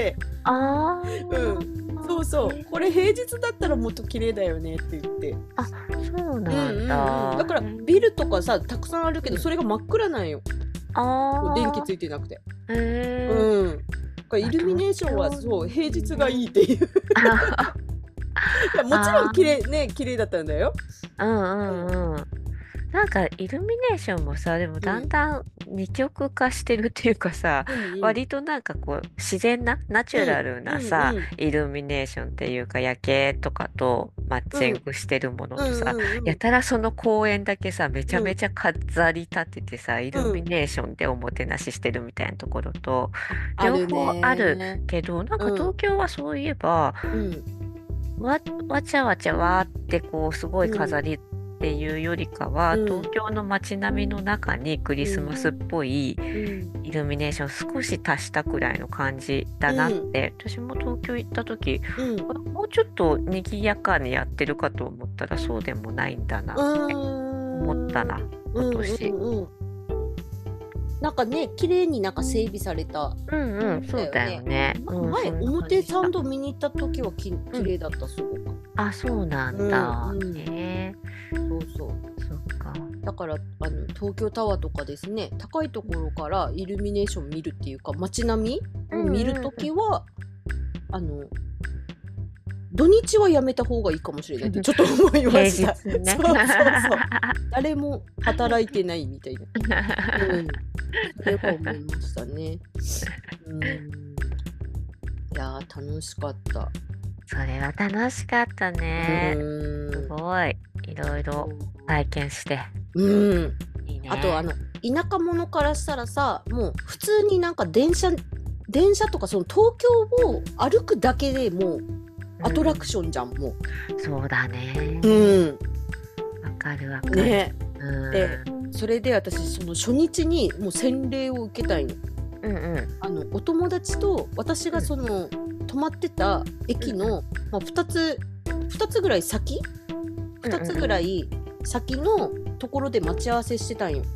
そうそう、これ平日だったらもっと綺麗だよねって言って。 そうなんだ。 だからビルとかさたくさんあるけど、それが真っ暗なんよ。電気ついてなくて。イルミネーションはそう平日がいいっていう。いや、もちろん綺麗だったんだよ。 なんかイルミネーションもさ、でもだんだん二極化してるっていうかさ、割となんかこう自然なナチュラルなさ、イルミネーションっていうか夜景とかとマッチングしてるものとさ、やたらその公園だけさめちゃめちゃ飾り立ててさ、イルミネーションでおもてなししてるみたいなところと、両方あるけど、なんか東京はそういえば、わちゃわちゃわーってこうすごい飾りっていうよりかは、東京の街並みの中にクリスマスっぽいイルミネーション少し足したくらいの感じだなって、私も東京行った時、もうちょっと賑やかにやってるかと思ったらそうでもないんだなって思ったな、今年。 なんかね、綺麗になんか整備された。 そうだよね。 前、表参道見に行った時は綺麗だった、すごく。 そうなんだ。 そう。そっか。だから東京タワーとかですね、高いところからイルミネーション見るっていうか、街並みを見るときは、土日はやめた方がいいかもしれないってちょっと思いました。そう。誰も働いてないみたいな。それは思いましたね。いやー、楽しかった。 それは楽しかったね。すごいいろいろ体験して。いいね。 あと田舎者からしたらさ、もう普通になんか電車とかその東京を歩くだけでもうアトラクションじゃん、もう。 そうだね。わかる。 ね。で、それで私その初日にもう洗礼を受けたいの。お友達と私がその泊まってた駅の、2つぐらい先、2つぐらい先のところで待ち合わせしてたんよ。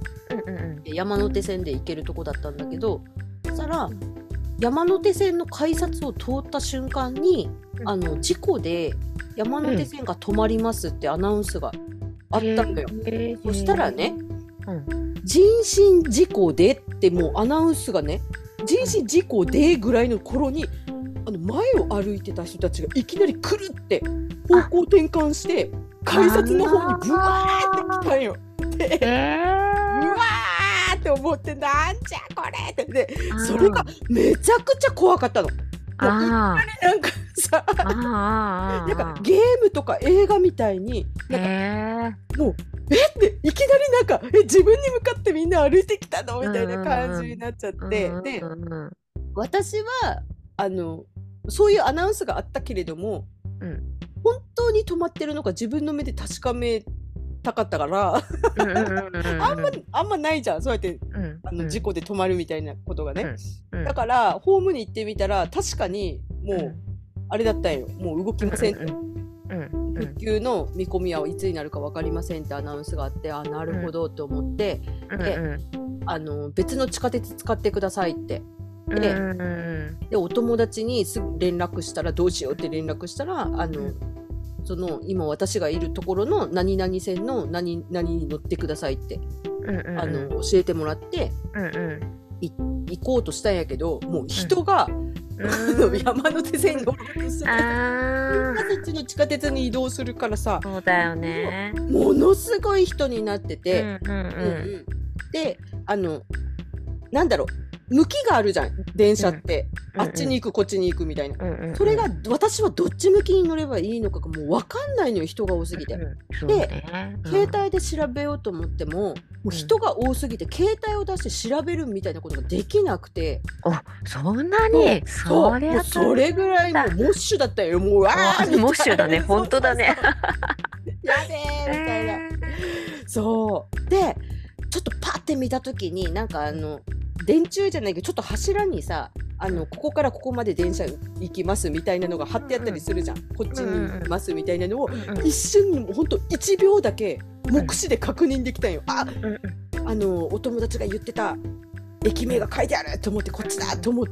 山手線で行けるとこだったんだけど、そしたら山手線の改札を通った瞬間に事故で山手線が止まりますってアナウンスがあったのよ。そしたらね、人身事故でってもうアナウンスがね、人身事故でぐらいの頃に前を歩いてた人たちがいきなりくるって方向転換して改札の方にブワーって来たんよ。で、うわーって思って、なんじゃこれってで、それがめちゃくちゃ怖かったの。もういきなりなんかさ、なんかゲームとか映画みたいになんかもうっていきなりなんか自分に向かってみんな歩いてきたのみたいな感じになっちゃって、で私はそういうアナウンスがあったけれども、本当に止まってるのか自分の目で確かめたかったからあんまないじゃん、そうやって、事故で止まるみたいなことがね、だからホームに行ってみたら確かにもう、あれだったんよ、もう動きませんと、復旧の見込みはいつになるか分かりませんってアナウンスがあって、なるほどと思って、で別の地下鉄使ってくださいって。でお友達にすぐ連絡したら、どうしようって連絡したらその今私がいるところの何々線の何々に乗ってくださいって、教えてもらって、行こうとしたんやけど、もう人が、山手線に乗ろうとしてみんなそっちの地下鉄に移動するからさ、 そうだよね、 ものすごい人になってて、でなんだろう、向きがあるじゃん電車って、あっちに行くこっちに行くみたいな、それが私はどっち向きに乗ればいいのかがもう分かんないのよ、人が多すぎて、で、携帯で調べようと思っても、もう人が多すぎて携帯を出して調べるみたいなことができなくて、 そんなにそれぐらいのモッシュだったよ、もうわーモッシュだね、本当だねやべーみたいな、そうでちょっとパッて見た時になんか電柱じゃないけどちょっと柱にさここからここまで電車行きますみたいなのが貼ってあったりするじゃん、こっちに行きますみたいなのを一瞬にほんと1秒だけ目視で確認できたんよ。お友達が言ってた駅名が書いてあると思って、こっちだと思って、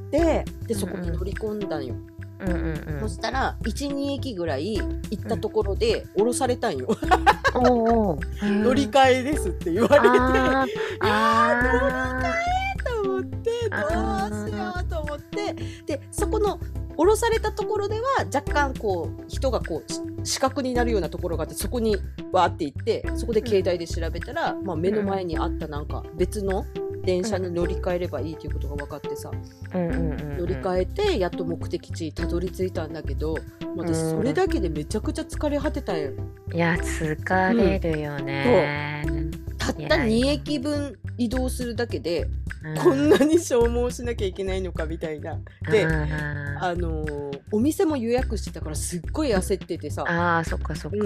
でそこに乗り込んだんよ。そしたら 1,2 駅ぐらい行ったところで降ろされたんよ乗り換えですって言われて、いや乗り換えと思って、どうしようと思って、でそこの降ろされたところでは若干こう人がこう死角になるようなところがあって、そこにわーって行って、そこで携帯で調べたら、目の前にあったなんか別の電車に乗り換えればいいということが分かってさ、乗り換えてやっと目的地にたどり着いたんだけど、私それだけでめちゃくちゃ疲れ果てたよ。 いや疲れるよね、 たった2駅分移動するだけでこんなに消耗しなきゃいけないのかみたいな。で、お店も予約してたからすっごい焦っててさ、 そっかそっか、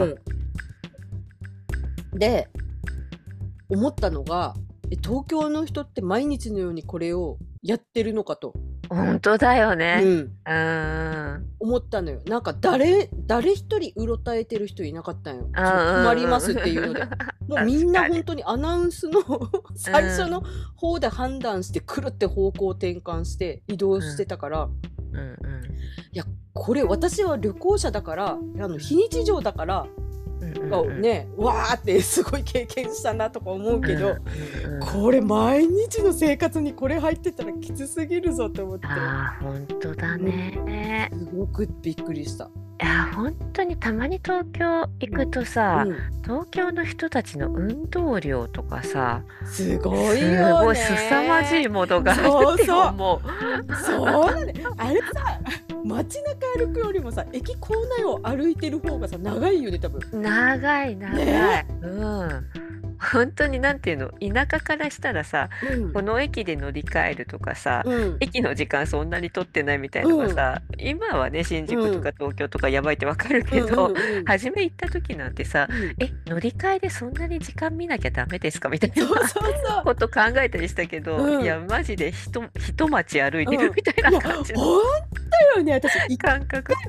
で思ったのが、東京の人って毎日のようにこれをやってるのかと。 本当だよね、 思ったのよ。なんか誰一人うろたえてる人いなかったんよ。困りますっていうのでもうみんな本当にアナウンスの最初の方で判断してくるって方向転換して移動してたから、いやこれ私は旅行者だから、非日常だからね、わーってすごい経験したなとか思うけど、これ毎日の生活にこれ入ってたらきつすぎるぞと思って。 本当だね、 すごくびっくりした。 いや本当にたまに東京行くとさ、東京の人たちの運動量とかさ、 すごいよね、 すごい凄まじいものがあるって思う。 そうだね、あれさ街中歩くよりもさ駅構内を歩いてる方がさ長いよね多分。 長い、ね、本当になんていうの、田舎からしたらさ、この駅で乗り換えるとかさ、駅の時間そんなに取ってないみたいなのがさ、今はね新宿とか東京とかやばいってわかるけど、初め行った時なんてさ、乗り換えでそんなに時間見なきゃダメですかみたいなこと考えたりしたけど、いやマジで一町歩いてるみたいな感じの、 本当よね、私感覚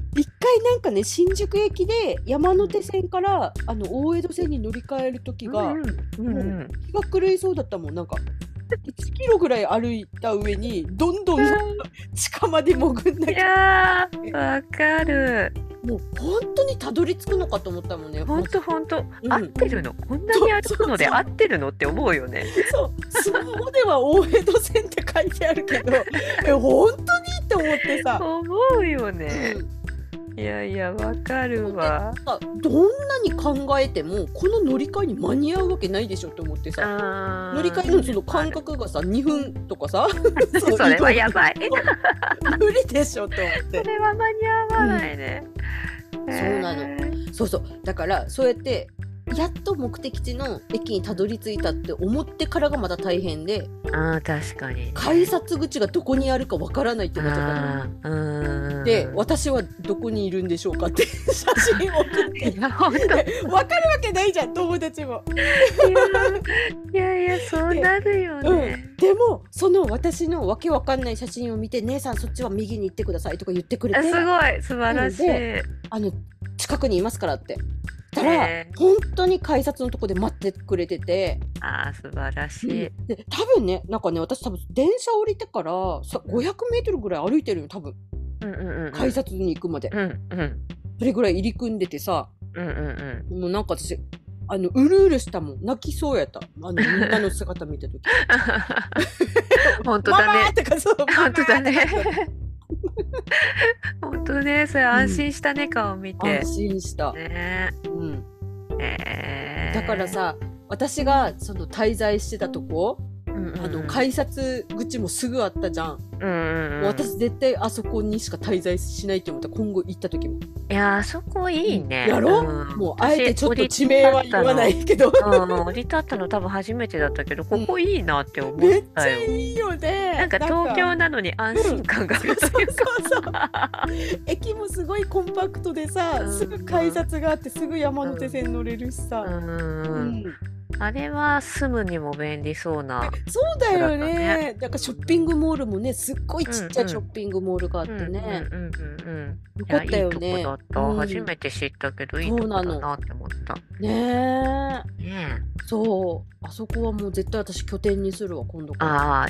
一回なんかね、新宿駅で山手線から大江戸線に乗り換える時が、もう気が狂いそうだったもん。なんか1キロぐらい歩いた上にどんどん地下まで潜んなきゃ。 いやー、わかる。 もう本当にたどり着くのかと思ったもんね。 本当、合ってるの？こんなに歩くので合ってるのって思うよね。 そう、スマホでは大江戸線って書いてあるけど、本当にって思ってさ。 思うよね。いやいや、わかるわ。 どんなに考えてもこの乗り換えに間に合うわけないでしょって思ってさ、乗り換えのその間隔がさ2分とかさそれはやばい無理でしょって思って。 それは間に合わないね、 そうなの。そうだからそうやってやっと目的地の駅にたどり着いたって思ってからがまた大変で、 確かに、ね、 改札口がどこにあるかわからないってなっちゃったの。で、私はどこにいるんでしょうかって写真を送って分かるわけないじゃん、友達も。 いやそうなるよね、 でもその私のわけわかんない写真を見て、姉さんそっちは右に行ってくださいとか言ってくれて、 すごい素晴らしい、 近くにいますからってたら、本当に改札のとこで待ってくれてて、 素晴らしい、 で多分ね、なんかね、私多分電車降りてから500メートルぐらい歩いてるよ多分、改札に行くまで、それぐらい入り組んでてさ、もうなんか私うるうるしたもん、泣きそうやった、みんなの姿見た時本当だね、 本当だね本当ね、それ安心したね、顔見て。 安心したね。 だからさ、私がその滞在してたとこ、改札口もすぐあったじゃん。もう私絶対あそこにしか滞在しないって思った、今後行った時も。 いや、あそこいいね。 やろ、もうあえてちょっと地名は言わないけど、 降り立ったの多分初めてだったけど、ここいいなって思ったよ。 めっちゃいいよね。 なんか東京なのに安心感があるというか、 駅もすごいコンパクトでさ、すぐ改札があってすぐ山手線乗れるしさ、 あれは住むにも便利そうな。 そうだよね。だからショッピングモールもね、すっごいちっちゃいショッピングモールがあってね。よかったよね。 いいとこだった。初めて知ったけど、いいとこだなって思った。 ねえ。そう。あそこはもう絶対私拠点にするわ、今度から。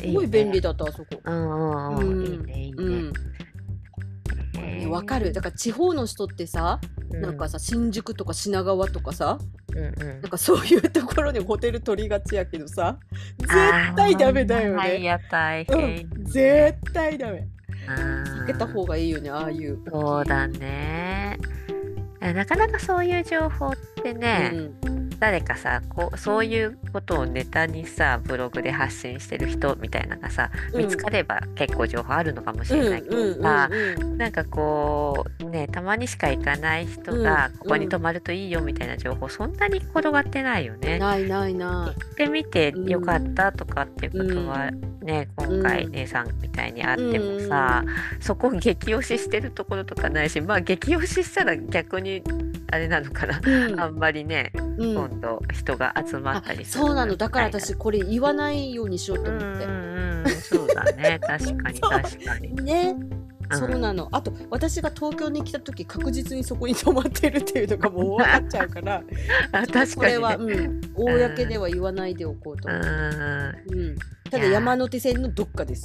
すごい便利だった、あそこ。 いいね、いいね。 わかる。だから地方の人ってさ、なんかさ、新宿とか品川とかさ、なんかそういうところにホテル取りがちやけどさ、絶対ダメだよね。 いや、大変。 絶対ダメ。避けた方がいいよね、ああいう。 そうだね。なかなかそういう情報ってね、誰かさ、そういうことをネタにさ、ブログで発信してる人みたいなのがさ、見つかれば結構情報あるのかもしれないけどさ、なんかこうね、たまにしか行かない人がここに泊まるといいよみたいな情報、そんなに転がってないよね。行ってみてよかったとかっていうことはね、今回姉さんみたいにあってもさ、そこ激推ししてるところとかないし、まあ激推ししたら逆にあれなのかな、あんまりね、今度人が集まったりする。 そうなの。だから私これ言わないようにしようと思って。 そうだね、確かに確かにね。そうなの。あと私が東京に来た時確実にそこに泊まってるっていうのがもう分かっちゃうから確かに、ね、 これは、公では言わないでおこうと思って、ただ山手線のどっかです。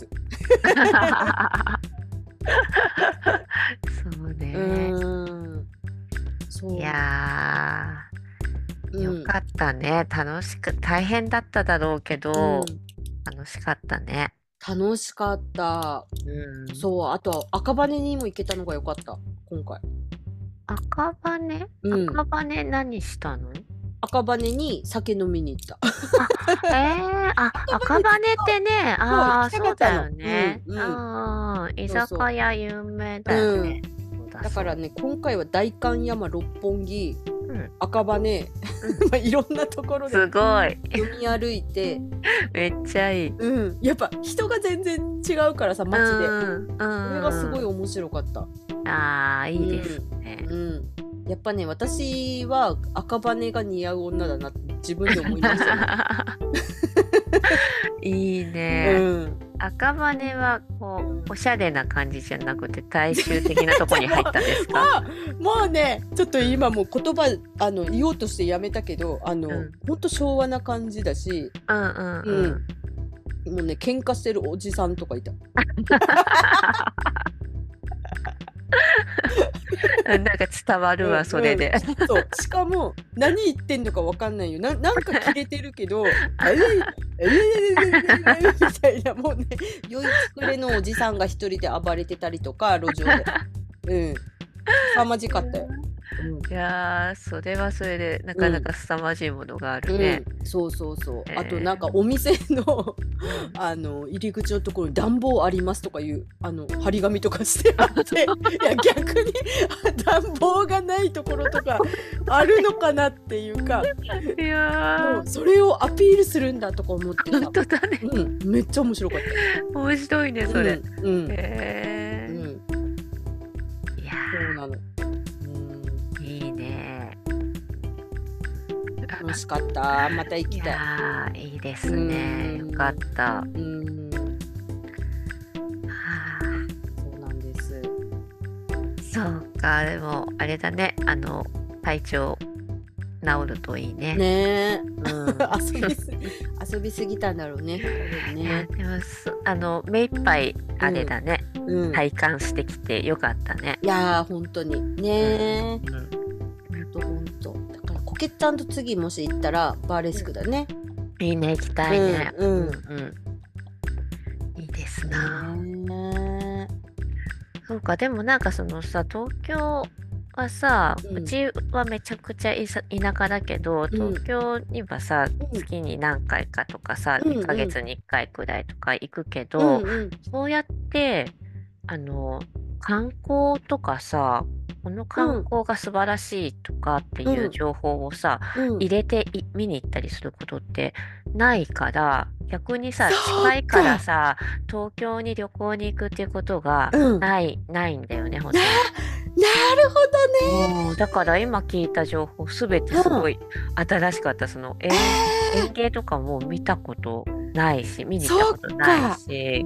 そうね。いやよかったね。大変だっただろうけど、楽しかったね。 楽しかった。そう、あと赤羽にも行けたのが良かった、今回。 赤羽？赤羽何したの？ 赤羽に酒飲みに行った。 赤羽ってね、そうだよね。居酒屋有名だよね。 だからね、今回は代官山、六本木、赤羽、いろんなところで飲み歩いてめっちゃいい。 やっぱ人が全然違うからさ、街で。それがすごい面白かった。 いいですね。 やっぱね、私は赤羽が似合う女だなって自分で思いましたね。 いいね。 赤羽はうこう、おしゃれな感じじゃなくて大衆的なとこに入ったんですか？ もうね、ちょっと今もう言葉、言おうとしてやめたけど、 うん。 ほんと昭和な感じだし、 うんうんううん。 ん。もうね、喧嘩してるおじさんとかいた。 なんか伝わるわ、それで。 そう。しかも、何言ってんのかわかんないよ。なんかキレてるけど、あれえれれれれれれみたいな、もうね、酔いつくれのおじさんが一人で暴れてたりとか、路上で。うん。凄まじかったよ。 いやー、それはそれでなうん。 かなか凄まじいものがあるね。 うん。そうそうそう。あとなんかえお店のうん。 入り口のところに暖房ありますとかいう、張り紙とかしてあって、いや、逆に暖房がないところとかあるのかなっていうか、 いやー、 それをアピールするんだとか思ってさ、 本当だね。 めっちゃ面白かった。 面白いね、それ。 うん、 へえ。いやそうなの。 ー、いいね。 楽しかった。また行いきたい。 やー、いいですね。よかった。はそうなんです。 そうか、でも、あれだね。体調治るといいね。 ねえ、遊びすぎたんだろうね。 いや、でも目いっぱいあれだね。体感してきてよかったね。 いやー、本当に。ねえ。 うん。 ほんと。だから、こけちゃんと次もし行ったら、バーレスクだね。 いいね、行きたいね。 うん。 いいですな。 ねそうか、でもなんかそのさ、東京はさ、 うんうちはめちゃくちゃ田舎だけど、東京にはさ、月に何回かとかさ、2ヶ月に1回くらいとか行くけど、そうやって、観光とかさ、この観光が素晴らしいとかっていう情報をさ、入れて見に行ったりすることってないから、逆にさ、近いからさ、東京に旅行に行くっていうことがないんだよね、ほとんど。 なるほどね。 だから今聞いた情報すべてすごい新しかった。その園芸とかも見たことないし、見に行ったことないし、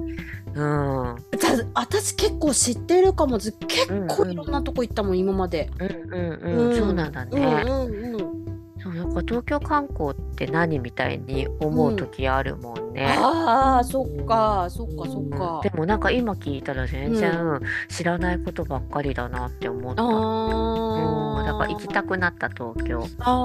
私結構知ってるかも。結構いろんなとこ行ったもん、今まで。 そうなんだね。そう、なんか東京観光って何みたいに思う時あるもんね。 ああ、そっか。 でもなんか今聞いたら全然知らないことばっかりだなって思った。だから行きたくなった東京。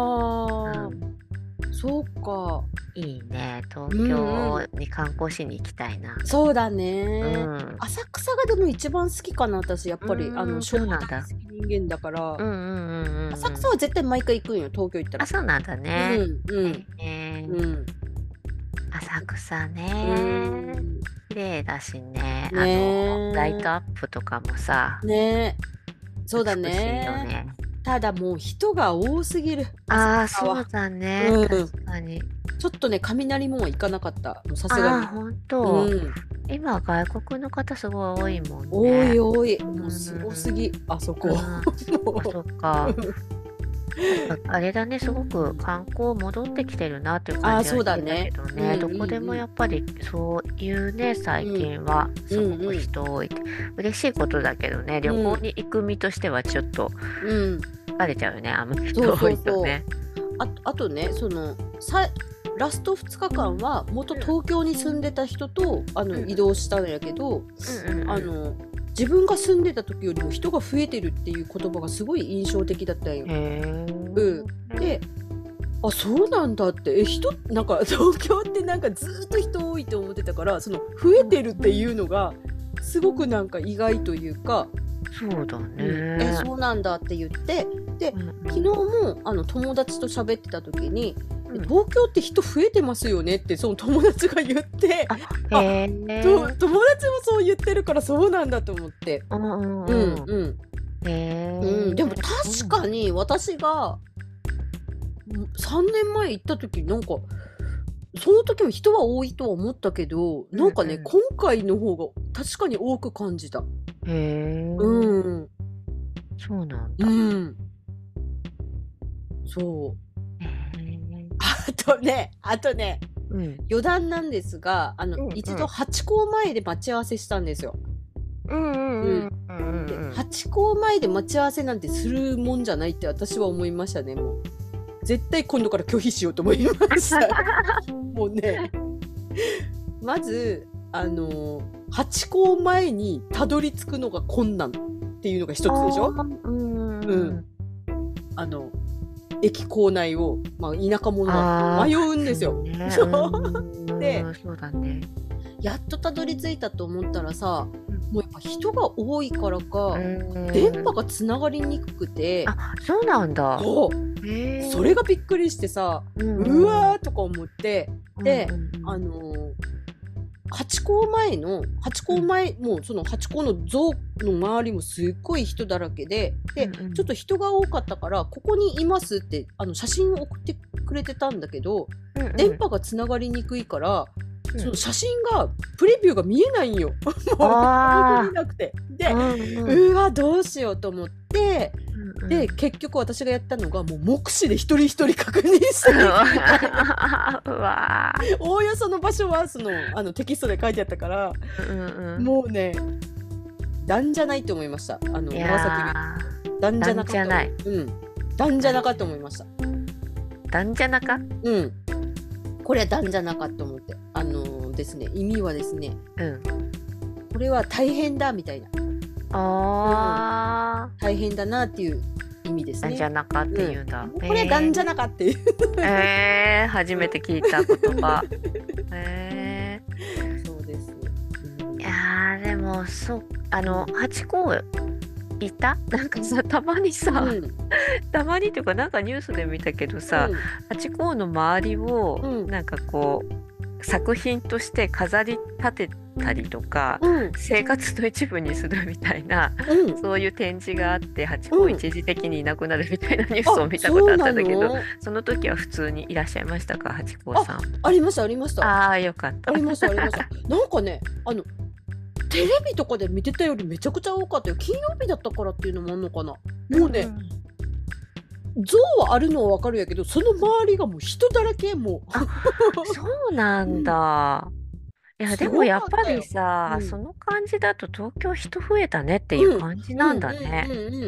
そうか。 いいね。東京に観光しに行きたいな。 そうだね。浅草がでも一番好きかな、私。やっぱり、 そうなんだ。 好き人間だから。浅草は絶対毎回行くんよ、東京行ったら。 あ、そうなんだね。浅草ね。綺麗だしね。ライトアップとかもさ。 ね。そうだね。ただもう人が多すぎる。 ああ、そうだね。確かに。 ちょっとね、雷門は行かなかった。さすがに。 本当。今、外国の方すごい多いもんね。 多い。もうすごすぎ、あそこ。 そっか。あれだね、すごく観光戻ってきてるなっていう感じはしてたけどね。どこでもやっぱりそういうね、最近はすごく人多い。嬉しいことだけどね、旅行に行く身としてはちょっと疲れちゃうよね、あんまり人多いとね。 あとね、ラスト2日間は元東京に住んでた人と移動したんやけど、自分が住んでた時よりも人が増えてるっていう言葉がすごい印象的だったんよ。で、あ、そうなんだって、なんか東京ってなんかずっと人多いと思ってたから、その増えてるっていうのがすごくなんか意外というか、 そうだね。 そうなんだって言って、で、昨日も友達と喋ってた時に、東京って人増えてますよねってその友達が言って、友達もそう言ってるからそうなんだと思って。でも確かに私が3年前行った時なんかその時も人は多いとは思ったけど、なんかね、今回の方が確かに多く感じた。 そうなんだ。 そう。あとね、 余談なんですが、一度ハチ公前で待ち合わせしたんですよ。ハチ公前で待ち合わせなんてするもんじゃないって私は思いましたね。もう絶対今度から拒否しようと思いました。もうね、まずハチ公前にたどり着くのが困難っていうのが一つでしょ。駅構内を、田舎者は迷うんですよ。で、そうだね。やっとたどり着いたと思ったらさ、もうやっぱ人が多いからか、電波がつながりにくくて。 あ、そうなんだ。 それがびっくりしてさ、うわーとか思って、で、ハチ公前、もうそのハチ公の像の周りもすっごい人だらけで、ちょっと人が多かったから、ここにいますって写真を送ってくれてたんだけど、電波がつながりにくいから、その写真がプレビューが見えないんよ。もう見なくて。で、うわどうしようと思って、で結局私がやったのがもう目視で一人一人確認しておおよその場所はテキストで書いてあったから、もうね段じゃないと思いました。長崎段じゃなかった。段じゃなかと思いました。 段じゃなか？ これは段じゃなかと思って、ですね、意味はですね、これは大変だみたいな、大変だなっていう意味ですね。 段じゃなかっていうんだ。 これ段じゃなかっていう。 初めて聞いた言葉。 そうです。 いやでもハチ公いた？なんかさ、たまにさ、たまにっていうかなんかニュースで見たけどさ、ハチ公の周りをなんかこう作品として飾り立てたりとか、生活の一部にするみたいな、そういう展示があって、ハチ公一時的にいなくなるみたいなニュースを見たことあったんだけど、その時は普通にいらっしゃいましたか、ハチ公さん？ ありましたありました。 よかった。 ありましたありました。なんかね、テレビとかで見てたよりめちゃくちゃ多かったよ。金曜日だったからっていうのもあるのかな。もうね、像はあるのは分かるやけど、その周りがもう人だらけ。もうそうなんだ。いやでもやっぱりさ、その感じだと東京人増えたねっていう感じなんだね。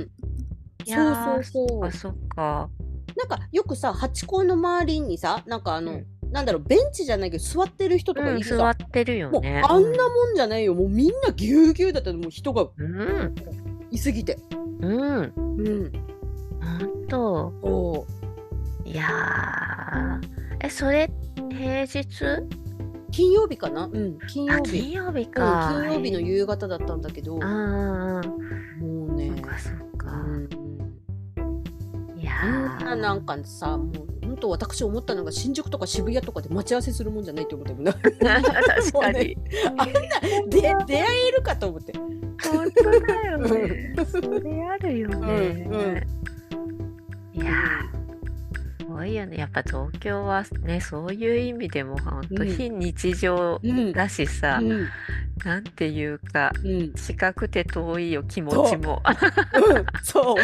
そうそっか。 なんかよくさ、ハチ公の周りにさ、なんかなんだろう、ベンチじゃないけど座ってる人とかいるさ。 座ってるよね。 もうあんなもんじゃないよ。もうみんなぎゅうぎゅうだったの。もう人がいすぎて。 ほんと。いやそれ平日？ 金曜日かな。金曜日。 金曜日か。 金曜日の夕方だったんだけど。もうね。 そっか。いやなんかさ、もう本当私思ったのが、新宿とか渋谷とかで待ち合わせするもんじゃないと思ってる。確かに。あんな出会えるかと思って。 本当だよね。それあるよね。いやすごいよね。やっぱ東京はね、そういう意味でも本当非日常だしさ、なんていうか、近くて遠いよ、気持ちも。 そう思った。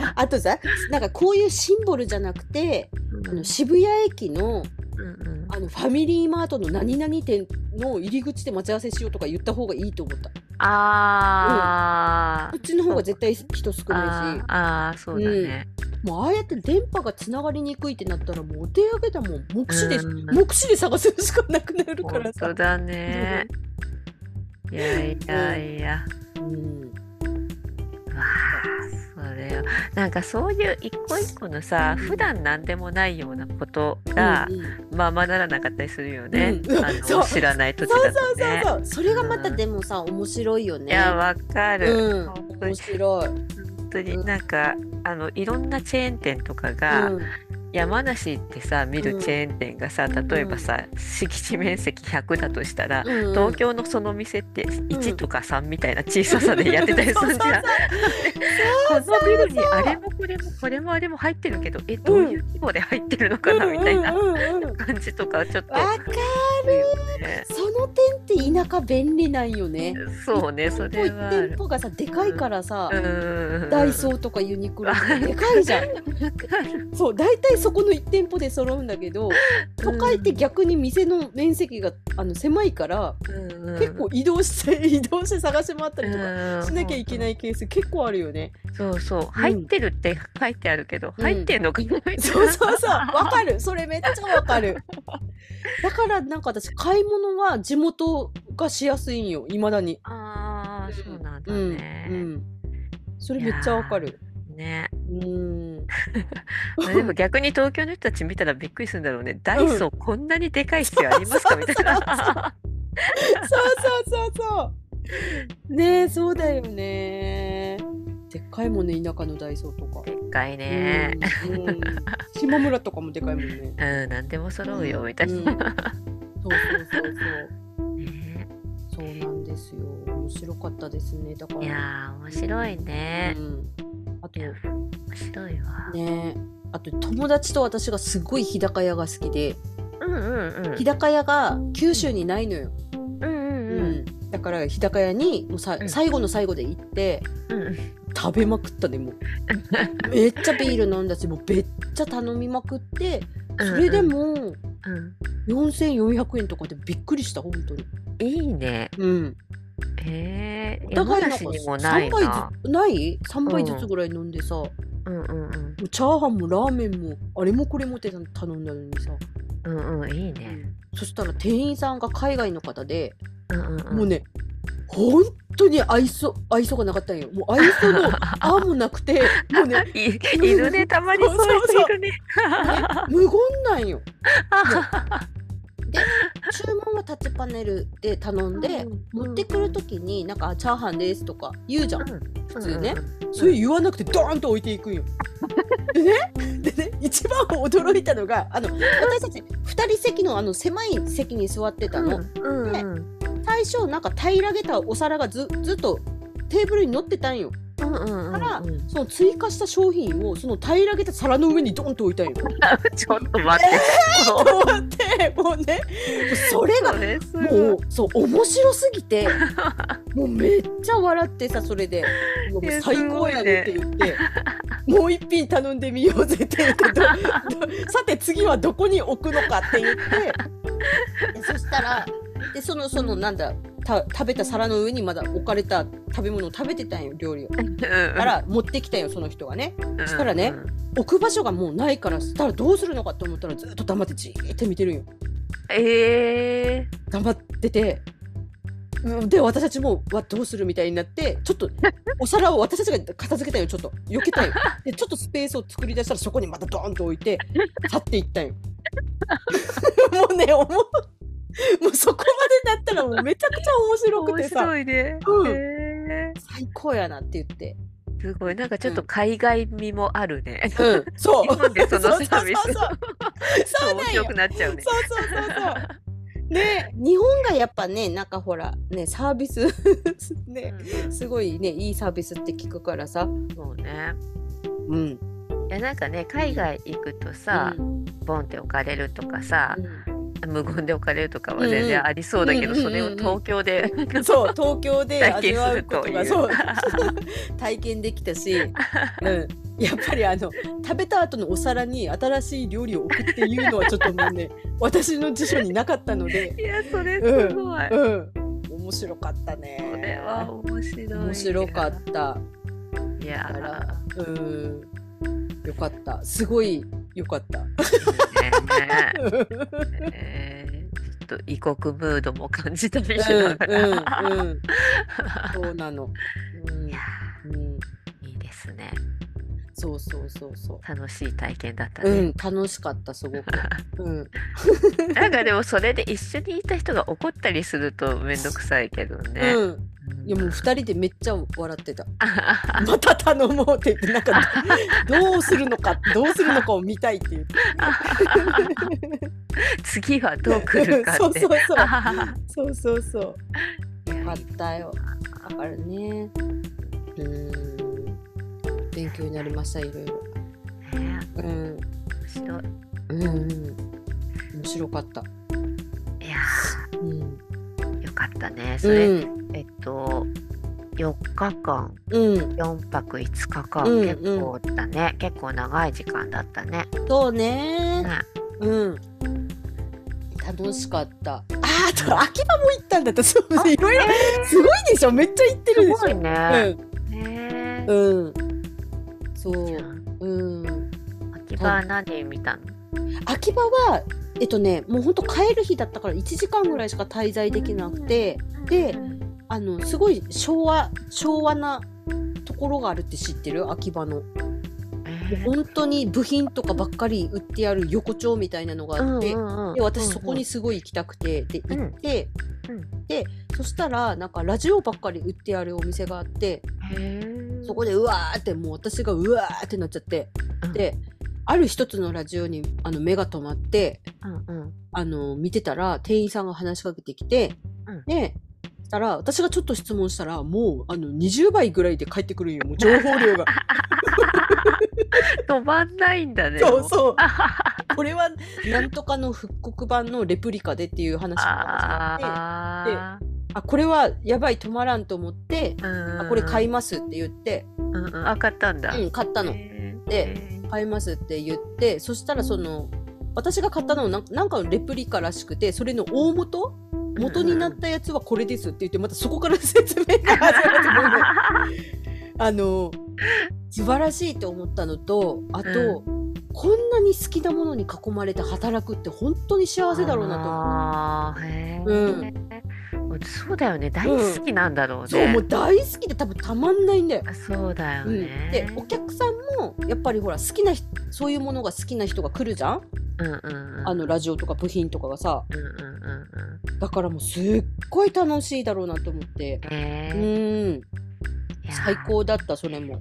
あとさ、なんかこういうシンボルじゃなくて、渋谷駅のファミリーマートの何々店の入り口で待ち合わせしようとか言った方がいいと思った。こっちの方が絶対人少ないし。 そうだね。 もうああやって電波がつながりにくいってなったら、もうお手上げだもん。目視で探すしかなくなるからさ。 そうだね。いやいやいや。それをなんかそういう一個一個のさ、普段なんでもないようなことがままならなかったりするよね。知らない土地だとね。 そうそれがまたでもさ、面白いよね。 いやわかる。 面白い。 本当になんかいろんなチェーン店とかが、山梨ってさ見るチェーン店がさ、例えばさ、敷地面積100だとしたら、東京のその店って1とか3みたいな小ささでやってたりするじゃん。このビルにあれもこれもあれも入ってるけど、どういう規模で入ってるのかなみたいな感じとかちょっと。 わかる。その店って田舎便利なんよね。 そうね、それはある。 一店舗がさでかいからさ、ダイソーとかユニクロとかでかいじゃん。そう大体そこの1店舗で揃うんだけど、都会って逆に店の面積が狭いから、結構移動して探し回ったりとかしなきゃいけないケース結構あるよね。 そうそう、入ってるって書いてあるけど、入ってんのかな、 そうそうそう、わかる、それめっちゃわかる。だからなんか私買い物は地元がしやすいんよ、未だに。 ああ、そうなんだね。 それめっちゃわかる。 ね。でも逆に東京の人たち見たらびっくりするんだろうね。ダイソーこんなにでかい必要ありますかみたいな。そうね、そうだよね。でっかいもんね、田舎のダイソーとか。 でっかいね。 島村とかもでかいもんね。 なんでも揃うよみたいな。 そうなんですよ。面白かったですね。だから。 いやー、面白いね。 あと、 面白いわ。 ね、あと友達と私がすごい日高屋が好きで、日高屋が九州にないのよ。だから日高屋にもう最後の最後で行って、食べまくったね。もうめっちゃビール飲んだし、もうめっちゃ頼みまくって、それでも4400円とかでびっくりした、本当に。 いいね。 山梨にもないな。 3杯ずつぐらい飲んでさ、チャーハンもラーメンもあれもこれもって頼んだのにさ、 いいね。 そしたら店員さんが海外の方で、もうね、本当に愛想がなかったんよ。もう愛想の「あ」もなくて、もうね、 いるね、たまにそういう人いるね。 無言なんよ。で注文はタッチパネルで頼んで、持ってくる時になんか「チャーハンです」とか言うじゃん、普通ね。それ言わなくてドーンと置いていくんよ。でね、一番驚いたのが私たち2人席の狭い席に座ってたの。で最初なんか平らげたお皿がずっとテーブルに乗ってたんよ。だからその追加した商品をその平らげた皿の上にドンと置いたんよ。 ちょっと待って。 と思ってもうね、それがもうそう面白すぎて、もうめっちゃ笑ってさ、それでもう最高やねって言って、もう一品頼んでみようぜって言ってさて次はどこに置くのかって言って、そしたらでそのなんだ食べた皿の上にまだ置かれた食べ物を食べてたんよ、料理を。から持ってきたよ、その人がね。そしたらね、置く場所がもうないから、したらどうするのかと思ったらずっと黙ってじーって見てるんよ。黙ってて、で私たちもどうするみたいになって、ちょっとお皿を私たちが片付けたよ、ちょっと避けたよ。でちょっとスペースを作り出したらそこにまたドーンと置いて去っていったんよ。もうね、もうそこまでだったらもうめちゃくちゃ面白くてさ、 面白いね。 最高やなって言って。 すごい、なんかちょっと海外味もあるね。 そう。 日本でそのサービス。 そう面白くなっちゃうね。 そうね、日本がやっぱね、なんかほらね、サービスね、すごいね、いいサービスって聞くからさ。 そうね。いやなんかね、海外行くとさ、ボンって置かれるとかさ。無言で置かれるとかは全然ありそうだけど、それを東京で東京で味わうことが体験できたし、やっぱり食べた後のお皿に新しい料理を置くっていうのはちょっともうね、私の辞書になかったので。 いやそれすごい、 面白かったね。 これは面白い。 面白かった。 いやよかった、すごいよかった。 ちょっと異国ムードも感じたりしながら。 そうなの。 いいですね。 そう。 楽しい体験だったね。 楽しかった、すごく。 なんかでもそれで一緒にいた人が怒ったりするとめんどくさいけどね。 いやもう2人でめっちゃ笑ってた。また頼もうって言って、なんかどうするのかを見たいって言って。 次はどう来るかって。 そう。よかったよ。だからね。勉強になりました、いろいろ。 面白い。 面白かった。 いやよかね。それ、4日間、4泊5日間、結構だね。結構長い時間だったね。 そうね。楽しかった。あと秋葉も行ったんだった。そうね。いろいろすごいでしょ。めっちゃ行ってるでしょ。 すごいね。 そう。 秋葉は何見たの？ 秋葉はもうほんと帰る日だったから1時間ぐらいしか滞在できなくて、ですごい昭和なところがあるって知ってる？秋葉の。本当に部品とかばっかり売ってある横丁みたいなのがあって、で私そこにすごい行きたくて、で行って、でそしたらなんかラジオばっかり売ってあるお店があって、そこでうわーってもう私がうわーってなっちゃって、である一つのラジオに目が止まって、見てたら店員さんが話しかけてきて、でしたら私がちょっと質問したらもう20倍ぐらいで返ってくるんよ、もう情報量が。 止まんないんだね。 そうそう。これはなんとかの復刻版のレプリカでっていう話があって、これはやばい止まらんと思って、これ買いますって言って、 買ったんだ。 買ったの。で買いますって言って、そしたら私が買ったのなんかのレプリカらしくて、それの大元になったやつはこれですって言って、またそこから説明が始まっても素晴らしいと思ったのと、あと、こんなに好きなものに囲まれて働くって本当に幸せだろうなと思う。 そうだよね、大好きなんだろうね。 そうもう大好きで多分たまんないんだよ。 そうだよね。 でお客さんもやっぱりほら好きなそういうものが好きな人が来るじゃん。ラジオとか部品とかがさ、だからもうすっごい楽しいだろうなと思って、最高だったそれも。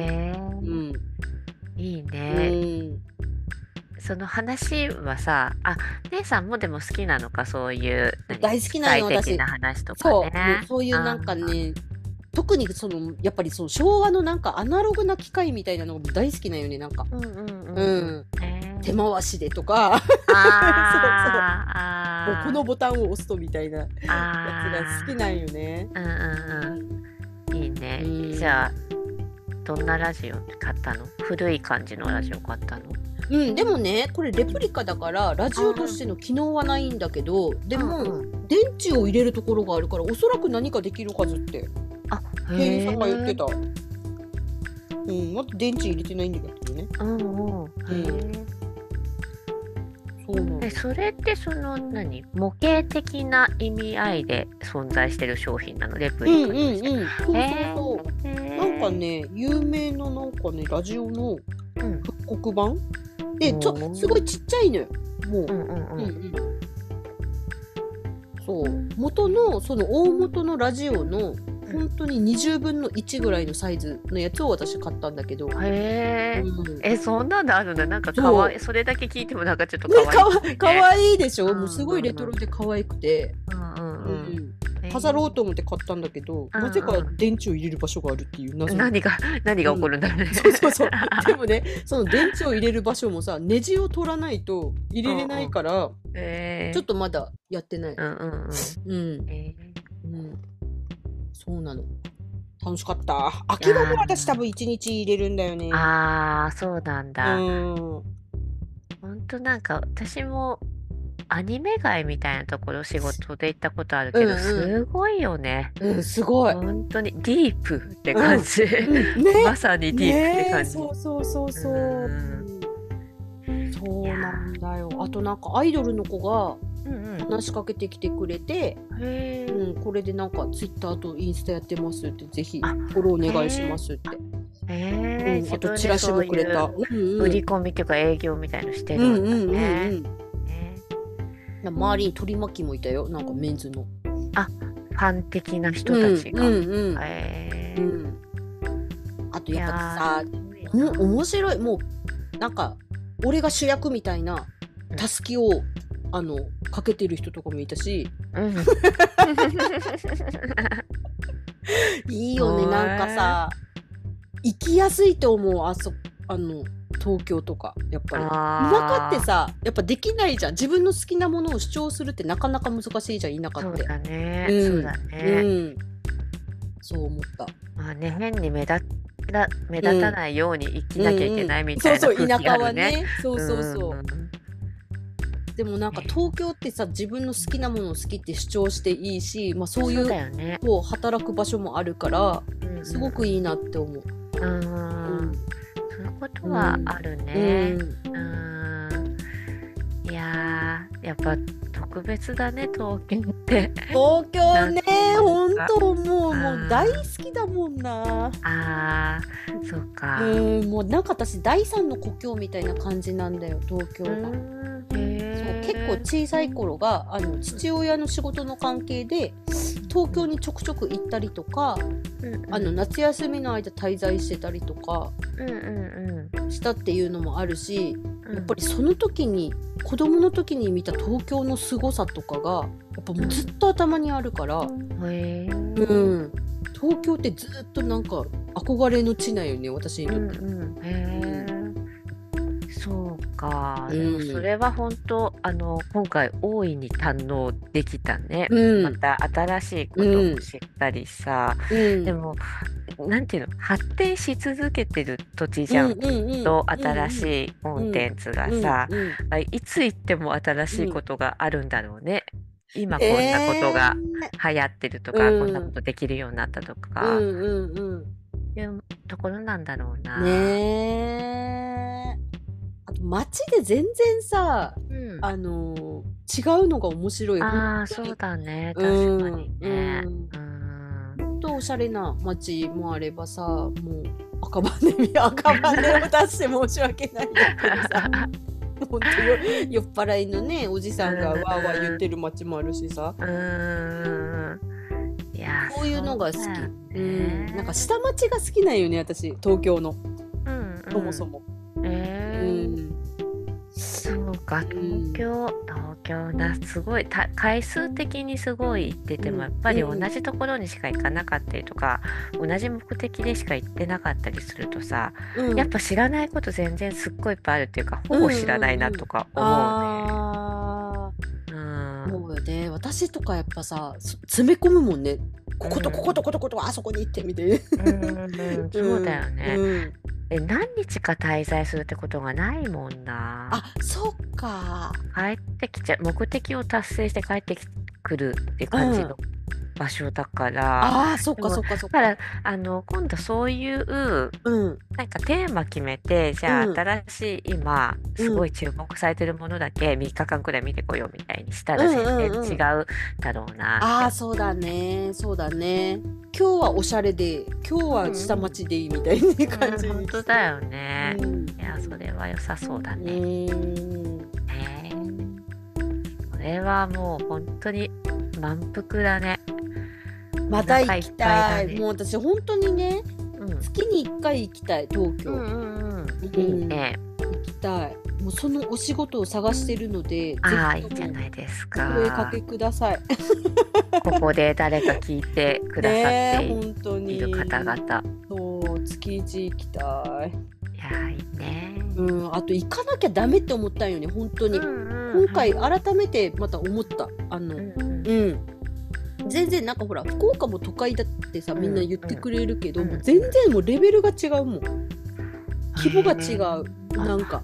いいね。その話はさ、姉さんもでも好きなのか、そういう大好きなの私。的な話とかね。 そういうなんかね、特にやっぱり昭和のなんかアナログな機械みたいなのが大好きなよね、なんか。手回しでとか、このボタンを押すとみたいなやつが好きなんよね。 いいね。じゃあどんなラジオ買ったの？古い感じのラジオ買ったの？ でもね、これレプリカだからラジオとしての機能はないんだけど、でも電池を入れるところがあるから、おそらく何かできるはずって店員さんが言ってた。まだ電池入れてないんだけどね。 それって模型的な意味合いで存在してる商品なの？レプリカとして。 なんかね、有名ななんかねラジオの復刻版ですごいちっちゃいのよ。もうそう元のその大元のラジオの本当に20分の1ぐらいのサイズのやつを私買ったんだけど。 そんなのあるんだ。なんかかわいい。それだけ聞いてもなんかちょっとかわいい。 かわいいでしょ。もうすごいレトロで可愛くて、飾ろうと思って買ったんだけど、なぜか電池を入れる場所があるっていう謎。 何が起こるんだろうね。 そうでもね、その電池を入れる場所もさ、ネジを取らないと入れれないから、ちょっとまだやってない。そうなの。楽しかった。秋葉も私多分1日入れるんだよね。 そうなんだ。ほんとなんか私もアニメ街みたいなところ仕事で行ったことあるけど、すごいよね。 すごい。 本当にディープって感じ。まさにディープって感じ。 そうなんだよ。あとなんかアイドルの子が話しかけてきてくれて、これでなんかツイッターとインスタやってますって、ぜひフォローお願いしますって。あとチラシもくれた。 売り込みっていうか営業みたいのしてるんだね。 周りに取り巻きもいたよ、なんかメンズの。 ファン的な人たちが。 あとやっぱさ、面白い。もうなんか俺が主役みたいなたすきをかけてる人とかもいたし、いいよね。なんかさ、行きやすいと思う。 東京とかやっぱり田舎ってさやっぱできないじゃん。自分の好きなものを主張するってなかなか難しいじゃん、田舎って。 そうだね、そうだね。 そう思った。 まあね、変に目立たないように生きなきゃいけないみたいなそうそう、 空田舎は気あるね。 ね。そうそうそう。でもなんか東京ってさ、自分の好きなものを好きって主張していいし、まあ、そういうそうだよね。 こう働く場所もあるから、すごくいいなって思う。 そういうことはあるね。いやー、やっぱ特別だね、東京って。 東京ね、ほんともう大好きだもんな。 あー、そっか。 もうなんか私第三の故郷みたいな感じなんだよ、東京が。そう結構小さい頃が父親の仕事の関係で東京にちょくちょく行ったりとか、夏休みの間滞在してたりとかしたっていうのもあるし、やっぱりその時に子供の時に見た東京の凄さとかがやっぱもうずっと頭にあるから、東京ってずっとなんか憧れの地なんよね、私にとって。 そうか、でもそれは本当今回大いに堪能できたね。また新しいことを知ったりさ、でもなんていうの、発展し続けてる土地じゃん、と新しいコンテンツがさ、いつ行っても新しいことがあるんだろうね。今こんなことが流行ってるとか、こんなことできるようになったとか、いうところなんだろうな。 ねえ。あと街で全然さ、違うのが面白い。 ああ、そうだね。確かにね。 ほんとおしゃれな街もあればさ、もう赤羽を出して申し訳ないんだけどさ。ほんと酔っ払いのねおじさんがわーわー言ってる街もあるしさ。 いや、 こういうのが好き。なんか下町が好きなんよね、私、東京の。そもそも。 そうか、東京な、すごい回数的にすごい行ってても、やっぱり同じところにしか行かなかったりとか、同じ目的でしか行ってなかったりするとさ、やっぱ知らないこと全然すっごいいっぱいあるっていうか、ほぼ知らないなとか思うね。 そうよね。私とかやっぱさ、詰め込むもんね。こことこことこことこあそこに行ってみたいな。 そうだよね。何日か滞在するってことがないもんな。 あ、そっか。 帰ってきちゃう、目的を達成して帰ってくるって感じの場所だから。 そっかそっかそっか。だから今度そういう、なんかテーマ決めて、じゃあ新しい今すごい注目されてるものだけ3日間くらい見てこようみたいにしたら全然違うだろうな。 そうだね、そうだね。今日はおしゃれで、今日は下町でいいみたいな感じ。 本当だよね。いや、それは良さそうだね。これはもう本当に満腹だね。 また行きたい。もう私本当にね、月に1回行きたい、東京。 いいね。 行きたい。もうそのお仕事を探してるので、 いいじゃないですか。 お声かけください。 ここで誰か聞いてくださっている方々。 そう、月1行きたい。 いや、いいね。 あと行かなきゃダメって思ったんよね、本当に。今回改めてまた思った。全然なんかほら、福岡も都会だってさ、みんな言ってくれるけど、全然もうレベルが違うもん。規模が違う。なんか。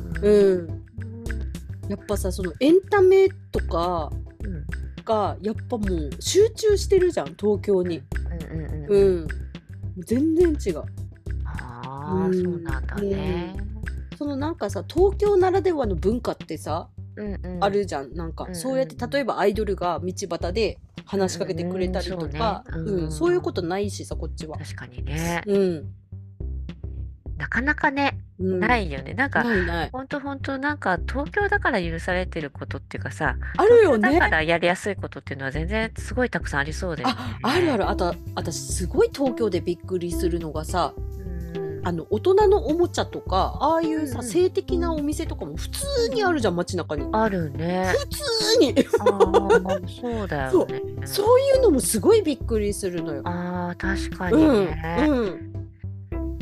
やっぱさ、そのエンタメとかがやっぱもう集中してるじゃん、東京に。全然違う。 そうなんだね。 そのなんかさ、東京ならではの文化ってさ、あるじゃん。なんかそうやって例えばアイドルが道端で話しかけてくれたりとか、そういうことないしさ、こっちは。 確かにね。なかなかね、ないよね。なんか本当なんか東京だから許されてることっていうかさ、 あるよね。 だからやりやすいことっていうのは全然すごいたくさんありそうだよね。 あるある。あと私すごい東京でびっくりするのがさ、大人のおもちゃとかああいうさ、性的なお店とかも普通にあるじゃん、街中に。 あるね。 普通に。 そうだよね。 そういうのもすごいびっくりするのよ。 確かにね。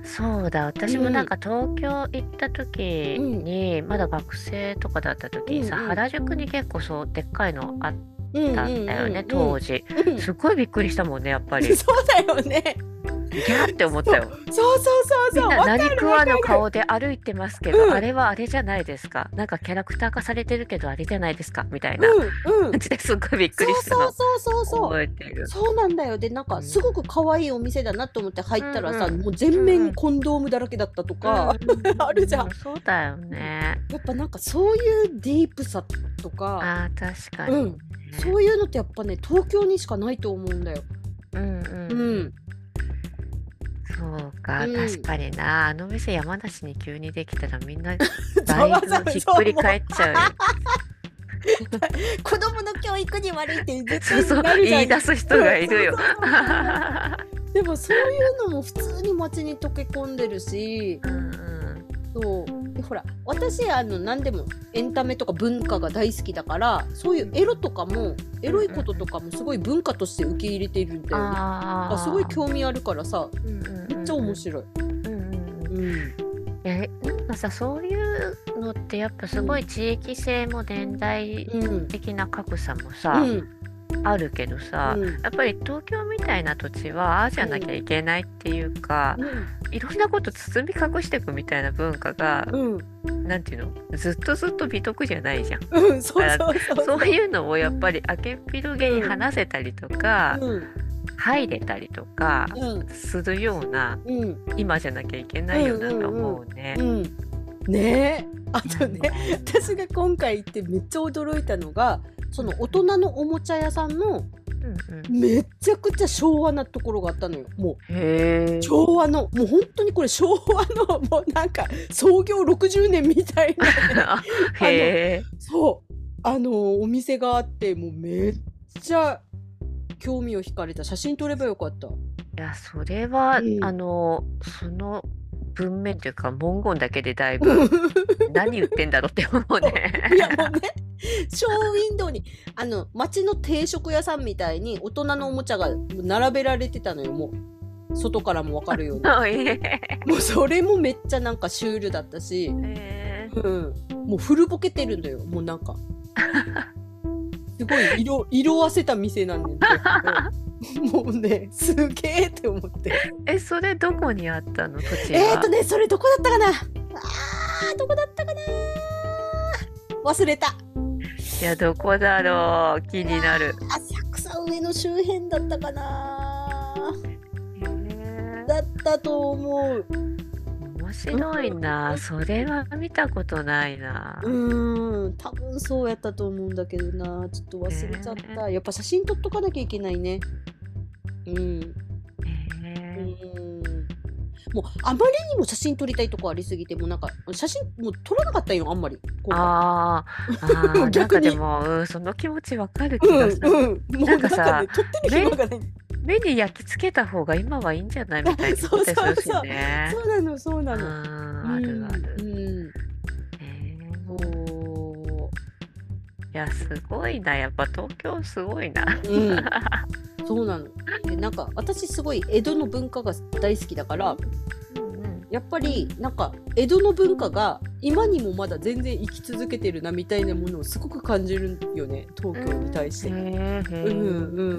そうだ、 う私もなんん、 か東京行った時うん、 に、まだ学生とかだった時にさ、 うん、うん、 原宿に結構そう、でっかいのあっうん、うん、 たんだよね、 うん、 当時。 うん。 すごいびっくりしたもんね、やっぱり。 そうだよね。 ギャーって思っそう、 たよ。 そうそうそうそう、 みんなわか何食わるわかる。 ぬ顔で歩いてますけど、 うん、 あれはあれじゃないですか。なんかキャラクター化されてるけど、あれじゃないですか、みたいなうん、うん。 感じですごいびっくそうりしたの。 そうそうそうそう。 覚えてる。 そうなんだよ。で、なんか、 うん。 すごく可愛いお店だなと思って入うったらさ、 んうん。 もう全うんうん。 面コンドームだらけだったとか、 うんうんうあるじゃん。 んうん。そうだようん。 ね。 やっぱなんかそういうディープさとか、 ああ、確かにうん。そね。 ういうのってやっぱね、東京にしかないと思うんだよ。 うんうんううん。 ん。 そううか、確ん。 かにな。あの店山梨に急にできたらみんなざだいわざわ、 ぶひっそう、もう、 くり返っちゃうよ。 子供の教育に悪いって絶対そうそう、 なるじゃん。うん、 言い出す人そうがいるよ。 そうそうそうそう。でもそういうのも普通に街に溶け込んでるし、 うんうんそう。で、ほら、私、何でもエンタメとか文化が大好きだから、そういうエロとかも、エうんロいうんうん。 こととかもすごい文化として受け入れているんだよね。すごいああ、 興味あるからさ、 うんうんめっちゃ面うん白い。 うん。うんうんうん。 うん。 なんかさ、そういうのってやっぱすごいうん。 地域性も年代うん。 的な格差もうさ、 ん。 あるけどさ、 うん。 やっぱり東京みたいな土地はああじゃなきゃうん。 いけないっていうか、 うん。 いろんなこと包み隠していくみたいな文化が、 うん。 なんていうの、ずっとずっと美徳じゃないじゃん。 うん。そうだからそうそうそうそう。 いうのをやっぱり明けっぴろげにうん。 話せたりとか、 うん。 入れたりとかうん。 するようなうん。 今じゃなきゃいけないようん。 なとうん。 思うね。 うん。ねえ。あうとね、 ん。 私が今回行ってめっちゃ驚いたのが、その大うんうん。 人のおもちゃ屋さんのうんうん。 めちゃくちゃ昭和なところがあったのよ。もうへえ。 昭和の、もう本当にこれ昭和のもうなんか創業60年みたいなね、 あ、 あの、 へえ。 そう、お店があって、もうめっちゃ興味を惹かれた。写真撮ればよかった。 いや、それは、 うん。 その文面というか文言だけでだいぶ何言ってんだろうって思うそう。いやもうね。 ね、ショーウィンドウに、街の定食屋さんみたいに大人のおもちゃが並べられてたのよ、もう。外からもわかるように。 そう、えもうそれもめっちゃなんかシュールだったし、 えうん。もう古ぼけてるんだよ、もうなんか。すごい色あせた店なんだけど、もうね、すげえって思って。 それどこにあったの、土地は？ それどこだったかな。どこだったかな。忘れた。 いや、どこだろう、気になる。 浅草上の周辺だったかな。 えだったと思う。 面白いな。それは見たことないな。 多分そうやったと思うんだけどな。ちょっと忘れちゃっえた。やっぱ写真撮っとかなきゃいけないね。うん。うえん。もうあまりにも写真撮りたいとこありすぎて、もうなんか写真もう撮らなかったんよ、あんまり今回。 ああ、ああ、なんかで逆に。 も、その気持ちわかる気うんがする。 うん。もなんうなんかね、 かさ、 撮ってる暇目、 がない。 目に焼き付けた方が今はいいんじゃないみたいに思っそうたりするしそうそう。 ね。 そうなの、そうなうの。 ん、 うあるあん、うる。 ん。 ええそいや、すごいな。やっぱ東京すごいな。 う。うん。そうなの。で、なんか私すごい江戸の文化が大好きだから、 うんうん。 やっぱりなんか江戸の文化が今にもまだ全然生き続けてるなみたいなものをすごく感じるよね、東京に対して。 へえ、へうんえ、 うん。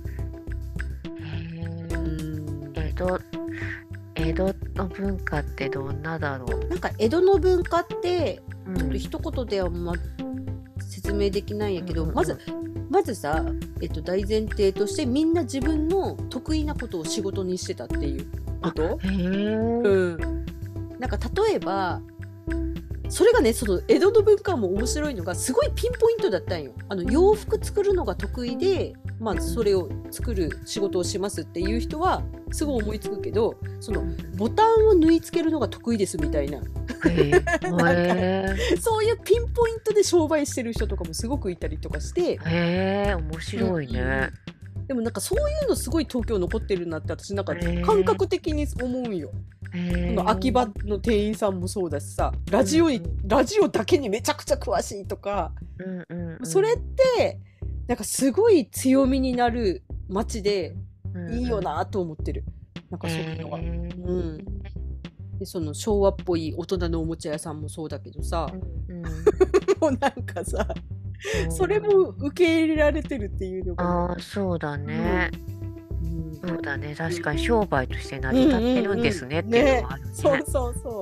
うへん。 え。江戸の文化ってどんなだろなんか江戸の文化ってう。うちょっとん。 一言では説明できないんやうんけど、 うんうん。 まずさ、大前提としてみんな自分の得意なことを仕事にしてたっていうこあ、 と。 へえ。 うん。なんか例えば、それがね、その江戸の文化も面白いのがすごいピンポイントだったんよ。洋服作るのが得意で、まあそれを作る仕事をしますっていう人はすごい思いつくけど、そのボタンを縫い付けるのが得意ですみたいな、 へえ。 なんかへそういうピンポイントで商売してる人とかもすごくいたりとかして、 え。へえ、面うんうん白いね。 うん。でもなんかそういうのすごい東京残ってるなって私なんかへ感え。 覚的に思うんよ。 へその秋葉え。 の店員さんもそうだしさ、 うんうん。 ラジオだけにめちゃくちゃ詳しいとか、 うんうんうそれっん。 てなんかすごい強みになる街でうんいいようん。 なと思ってる。なんかへそういうのが。うえ。 ん。 でその昭和っぽい大人のおもちゃ屋さんもそうだけどさ、もうなんかさ、それも受け入れられてるっていうのが、 そうだね。そうだね。確かに商売として成り立ってるんですねっていうのはあるね。 そうそうそう。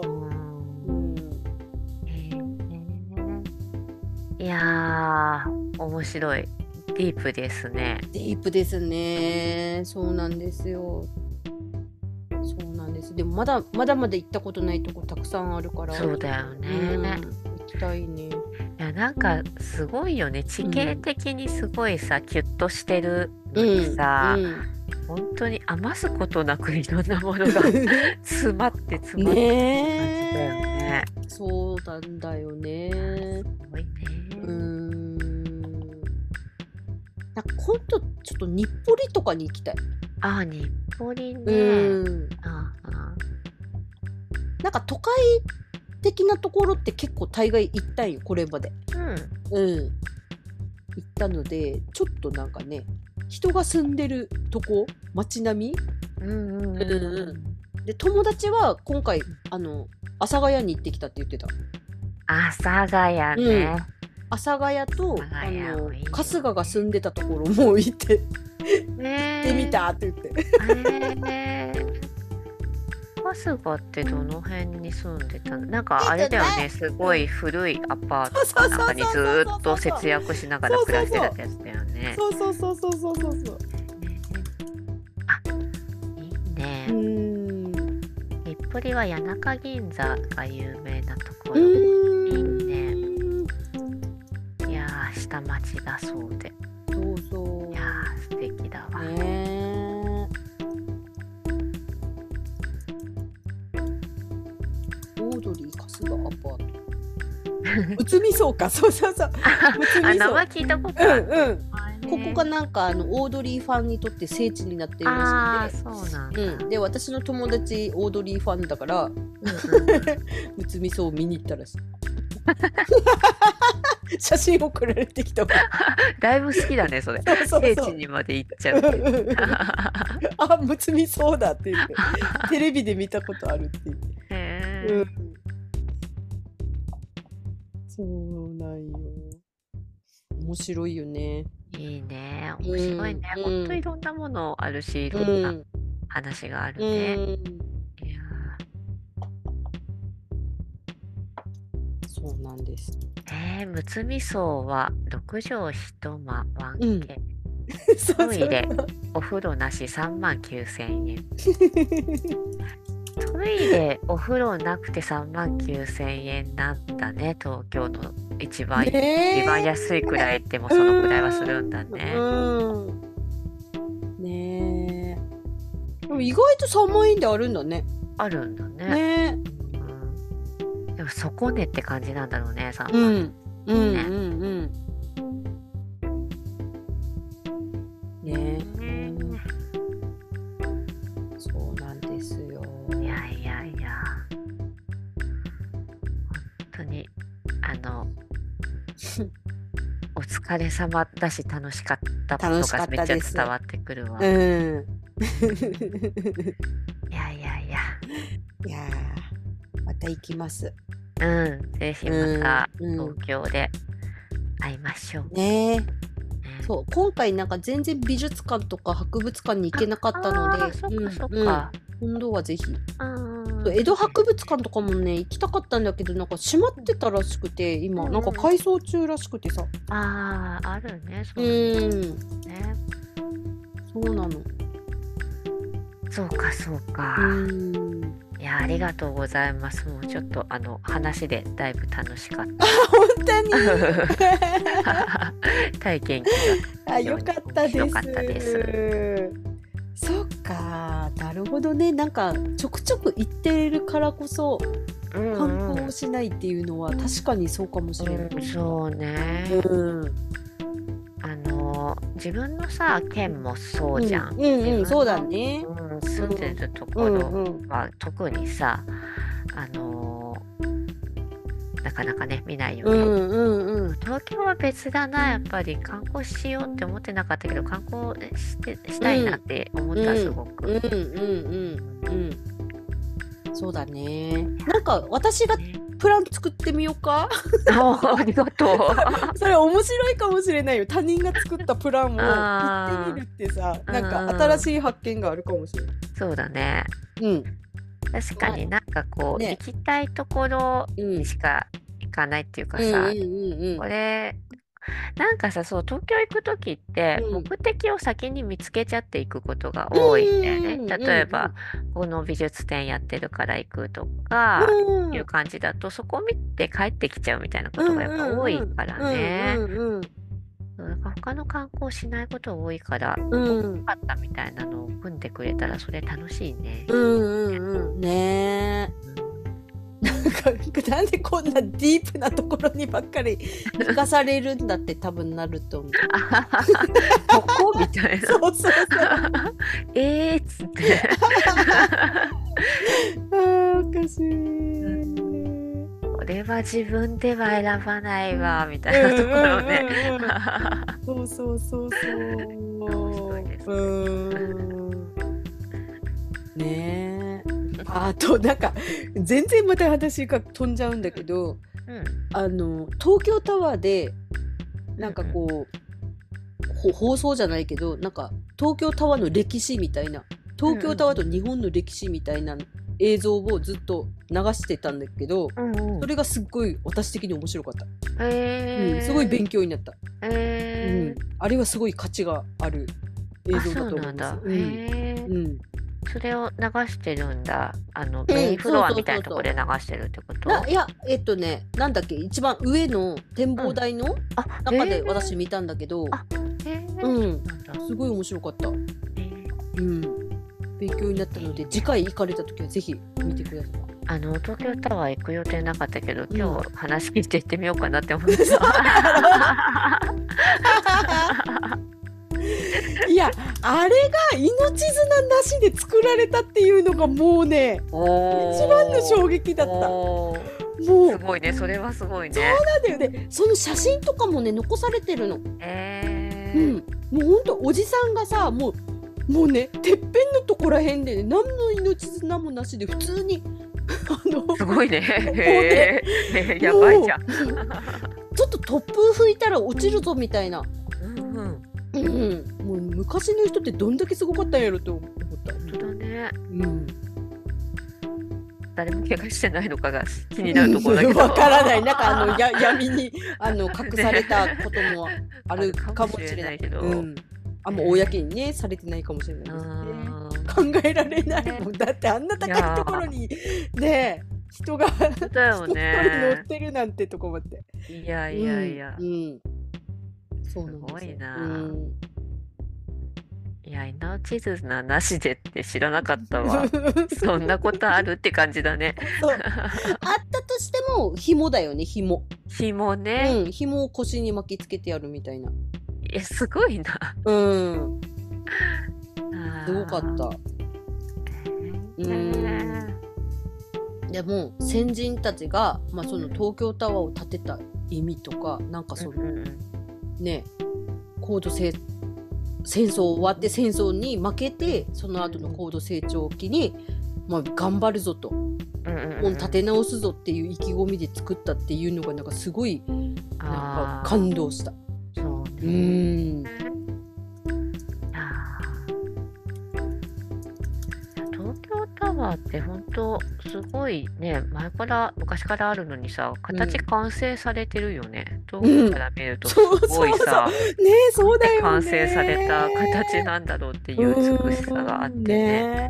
いやー、面白い。ディープですね。 ディープですね。そうなんですよ。そうなんです。でもまだまだ行ったことないとこたくさんあるから。 そうだよね。 行きたいね。 いや、なんかすごいよね。地形的にすごいさ、キュッとしてるのにさ、本当に余すことなくいろんなものが詰まって感じだよね。 そうなんだよね。 すごいね。 なんか今度ちょっと日暮里とかに行きたい。 日暮里ね。 なんか都会的なところって結構大概行ったんよ、これまで。行ったので、ちょっとなんかね、人が住んでるとこ、街並み、で友達は今回阿佐ヶ谷に行ってきたって言ってた。 阿佐ヶ谷ね。 阿佐ヶ谷と春日が住んでたところも行って行ってみたって言って。 春日ってどの辺に住んでたの？なんかあれだよね、すごい古いアパートかなんかにずっと節約しながら暮らしてたやつだよね。 そう。 いいね。日暮里は谷中銀座が有名なところ。いいね。いやー、下町だそうで。そう。いやー、素敵だわ。 オードリー春日アパート。むつみそうか。そう。 名前聞いたことある。 ここがなんかオードリーファンにとって聖地になっているらしくて。 そうなんだ。 で私の友達オードリーファンだから、むつみそうを見に行ったらしい。写真送られてきた。 だいぶ好きだねそれ。聖地にまで行っちゃう。 むつみそうだって言ってテレビで見たことあるって言って。そうなんよ。面白いよね。 いいね。面白いね。ほんといろんなものあるし、いろんな話があるね。いやそうなんです。 むつみ荘は6畳一間 1K。トイレ、お風呂なし39,000円。トイレ、お風呂なくて39,000円なんだね。東京の一番安いくらいでもそのくらいはするんだね。ねえ。でも意外と3万円であるんだね。 あるんだね。でも底値って感じなんだろうね、3万円。 そうなんですよ。 いや。本当にお疲れ様だし楽しかったことがめっちゃ伝わってくるわ。いやまた行きます。 ぜひまた東京で会いましょうね。そう今回なんか全然美術館とか博物館に行けなかったので、 そっか。 今度はぜひ。江戸博物館とかもね行きたかったんだけどなんか閉まってたらしくて今なんか改装中らしくてさ。 あるね。そうなの。そうか。いやありがとうございます。もうちょっと話でだいぶ楽しかった。 本当に体験記よかったです。そっか、なるほどね。なんかちょくちょく行ってるからこそ観光をしないっていうのは確かにそうかもしれない。 そうね。自分のさ県もそうじゃん。 そうだね。 住んでるところは特にさなかなかね見ないよね。東京は別だな。やっぱり観光しようって思ってなかったけど観光したいなって思った。すごく。 そうだね。なんか私がプラン作ってみようか。 ありがとう。それ面白いかもしれないよ。他人が作ったプランを言ってみるってさ、なんか新しい発見があるかもしれない。 そうだね。うん。確かになんかこう、行きたいところにしか行かないっていうかさ、これなんかさ、そう、東京行く時って目的を先に見つけちゃっていくことが多いんだよね。例えば、この美術展やってるから行くとか、いう感じだと、そこ見て帰ってきちゃうみたいなことがやっぱ多いからね。他の観光しないこと多いから、よかったみたいなのを組んでくれたらそれ楽しいね。 ねえ。なんでこんなディープなところにばっかり行かされるんだって多分なると思う。 ここみたいな。 そうそうそう。 っつって。 おかしい。 これは自分では選ばないわみたいなところね。 そうそうそうそう。面白いですね。ねえ。あとなんか全然また話が飛んじゃうんだけど、東京タワーでなんかこう、放送じゃないけどなんか東京タワーの歴史みたいな、東京タワーと日本の歴史みたいな映像をずっと流してたんだけど、それがすっごい私的に面白かった。すごい勉強になった。あれはすごい価値がある映像だと思います。 それを流してるんだ。メインフロアみたいなところで流してるってこと？ いや、なんだっけ、一番上の展望台の中で私見たんだけど、すごい面白かった。勉強になったので、次回行かれた時はぜひ見てください。 東京タワー行く予定なかったけど、今日話聞いて行ってみようかなって思ってた。 いや、あれが命綱なしで作られたっていうのがもうね、一番の衝撃だった。もうすごいね、それはすごいね。 そうなんだよね。その写真とかもね残されてるの。もうほんとおじさんがさ、もうね、てっぺんのとこらへんでね、何の命綱もなしで普通にすごいね。やばいじゃん。 ちょっと突風吹いたら落ちるぞみたいな。もう昔の人ってどんだけすごかったんやろと思った。 本当だね。誰も怪我してないのかが気になるところだけど。 わからない。なんか闇に隠されたこともあるかもしれないけど。あんま公にねされてないかもしれないですね。考えられないもん。だってあんな高いところにね人が一人乗ってるなんてとこまで。 いや。 そうなんですよ。 すごいな。いや、命綱なしでって知らなかったわ。そんなことあるって感じだね。 あったとしても紐だよね、紐。 紐ね。 紐を腰に巻きつけてやるみたいな。 すごいな。 すごかった。でも先人たちが、その東京タワーを建てた意味とか、なんかその、ね、高度戦争終わって戦争に負けて、その後の高度成長期に、頑張るぞと、もう立て直すぞっていう意気込みで作ったっていうのがなんかすごいなんか感動した。 そうね。 東京タワーって本当すごいね、昔からあるのにさ、形完成されてるよね。遠くから見るとすごいさ、 そうだよね。 完成された形なんだろうっていう美しさがあってね。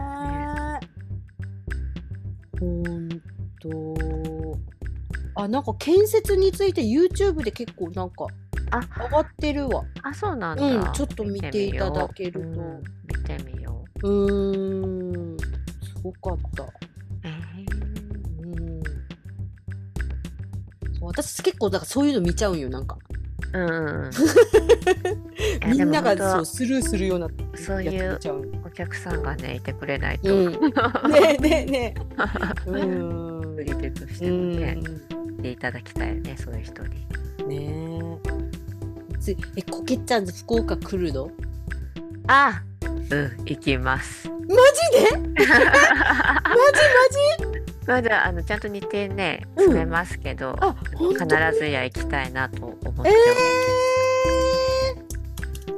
ほんと。なんか建設について YouTube で結構なんか上がってるわ。 そうなんだ。 ちょっと見ていただけると。 見てみよう。 すごかった。私結構だからそういうの見ちゃうんよ、なんか。みんながスルーするようなそういうお客さんがねいてくれないと。 ね。 売り手としてもね、いただきたいよね、そういう人に。 コケッチャンズ福岡来るの？ 行きます。 マジで？マジマジ？ まだちゃんと日程ね、詰めますけど、必ずや行きたいなと思っております。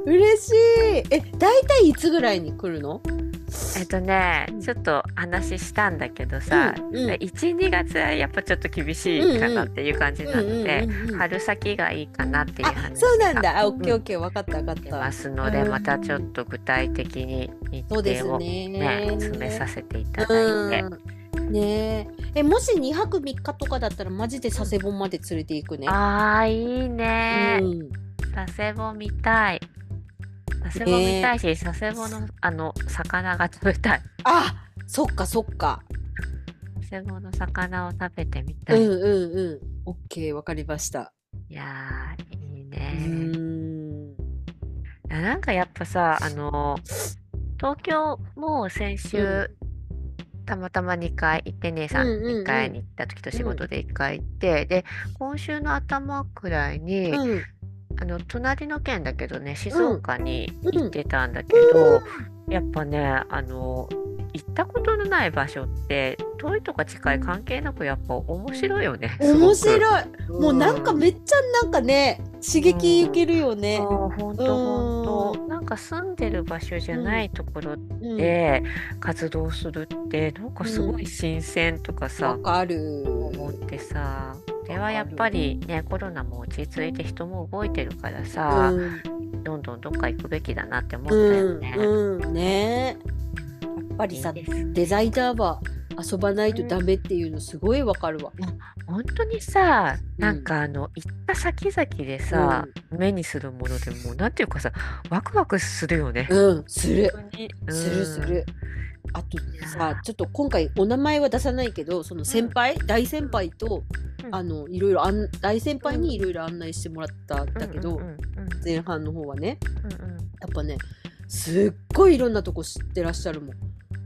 嬉しい。だいたいいつぐらいに来るの？ ちょっと話したんだけどさ、1、2月はやっぱちょっと厳しいかなっていう感じなので、春先がいいかなっていう話がそうなんだ。オッケーオッケー、分かった分かった。 ますので、またちょっと具体的に日程をね、詰めさせていただいて。 ねえ、もし2泊3日とかだったらマジで佐世保まで連れて行くね。 いいね。佐世保見たい。佐世保見たいし、佐世保の魚が食べたい。 そっかそっか。 佐世保の魚を食べてみたい。 オッケー、わかりました。 いやー、いいね。なんかやっぱさ、東京も先週、たまたま2回行って、姉さん2回に行った時と仕事で1回行って、で、今週の頭くらいに、隣の県だけどね、静岡に行ってたんだけど、やっぱね、行ったことのない場所って遠いとか近い関係なくやっぱ面白いよね。 面白い。もうなんかめっちゃなんかね、刺激受けるよね。 ほんとなんか住んでる場所じゃないところで活動するってなんかすごい新鮮とかさ、 わかる思ってさ、ではやっぱりね、コロナも落ち着いて人も動いてるからさ、どんどんどっか行くべきだなって思ったよね。 ねえ。やっぱりさ、デザイナーは遊ばないとダメっていうのすごいわかるわ。 本当にさ、なんか行った先々でさ、目にするものでもなんていうかさ、ワクワクするよね。 する。する。あとさ、ちょっと今回お名前は出さないけど、その大先輩といろいろ大先輩にいろいろ案内してもらったんだけど、前半の方はね、やっぱね、すっごいいろんなとこ知ってらっしゃるもん。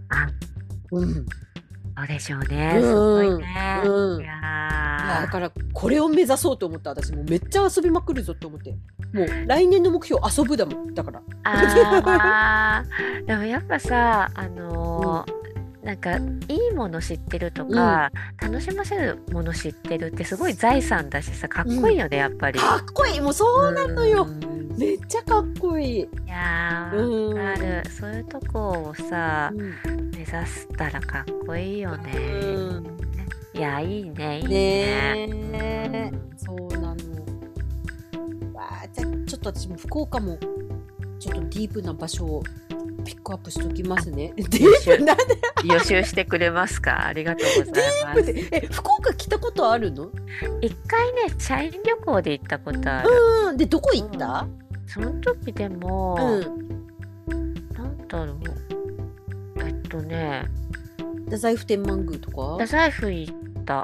そうでしょうね。すごいね。 だからこれを目指そうと思った。私もうめっちゃ遊びまくるぞって思って、もう来年の目標遊ぶだもん。だからでもやっぱさ、なんかいいもの知ってるとか、楽しませるもの知ってるってすごい財産だしさ、かっこいいよね、やっぱり。 かっこいい。もうそうなのよ。めっちゃかっこいい。 いやー、わかる。そういうとこをさ、目指したらかっこいいよね。いや、いいね、いいね。 そうなの。じゃあちょっと私も福岡もちょっとディープな場所をピックアップしておきますね。 予習してくれますか？ありがとうございます。 福岡来たことあるの？ 一回ね、社員旅行で行ったことある。 で、どこ行った？ その時でも、なんだろう。 太宰府天満宮とか？ 太宰府行った。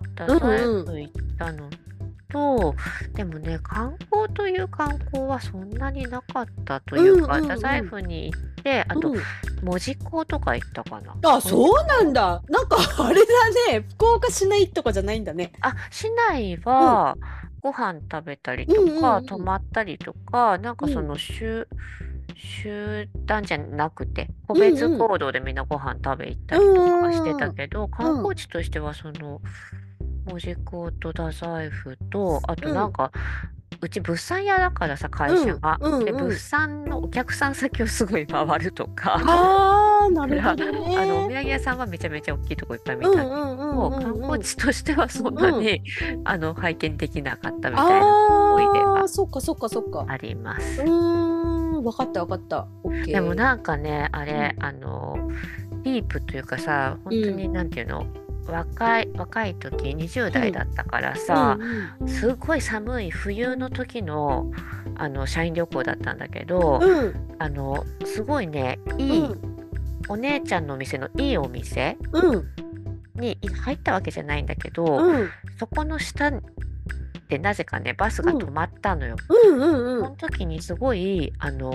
太宰府行ったのと、でもね、観光という観光はそんなになかったというか、太宰府に行って、あと、門司港とか行ったかな。 そうなんだ。なんかあれだね、福岡市内とかじゃないんだね。 市内はご飯食べたりとか、泊まったりとか、なんかその集団じゃなくて、個別行動でみんなご飯食べ行ったりとかしてたけど、観光地としてはその、門司港と太宰府と、あとなんか、うち物産屋だからさ、会社が。で、物産のお客さん先をすごい回るとか。 なるほどね。 お土産屋さんはめちゃめちゃ大きいとこいっぱい見たんだけど、観光地としてはそんなに拝見できなかったみたいな思い出がそっかそっかそっかあります。 わかったわかった。 でもなんかね、あれ、ディープというかさ、本当になんていうの、若い時20代だったからさ、すごい寒い冬の時の社員旅行だったんだけど、すごいね、いい、お姉ちゃんのお店のいいお店に入ったわけじゃないんだけど、そこの下でなぜかねバスが止まったのよ。その時にすごい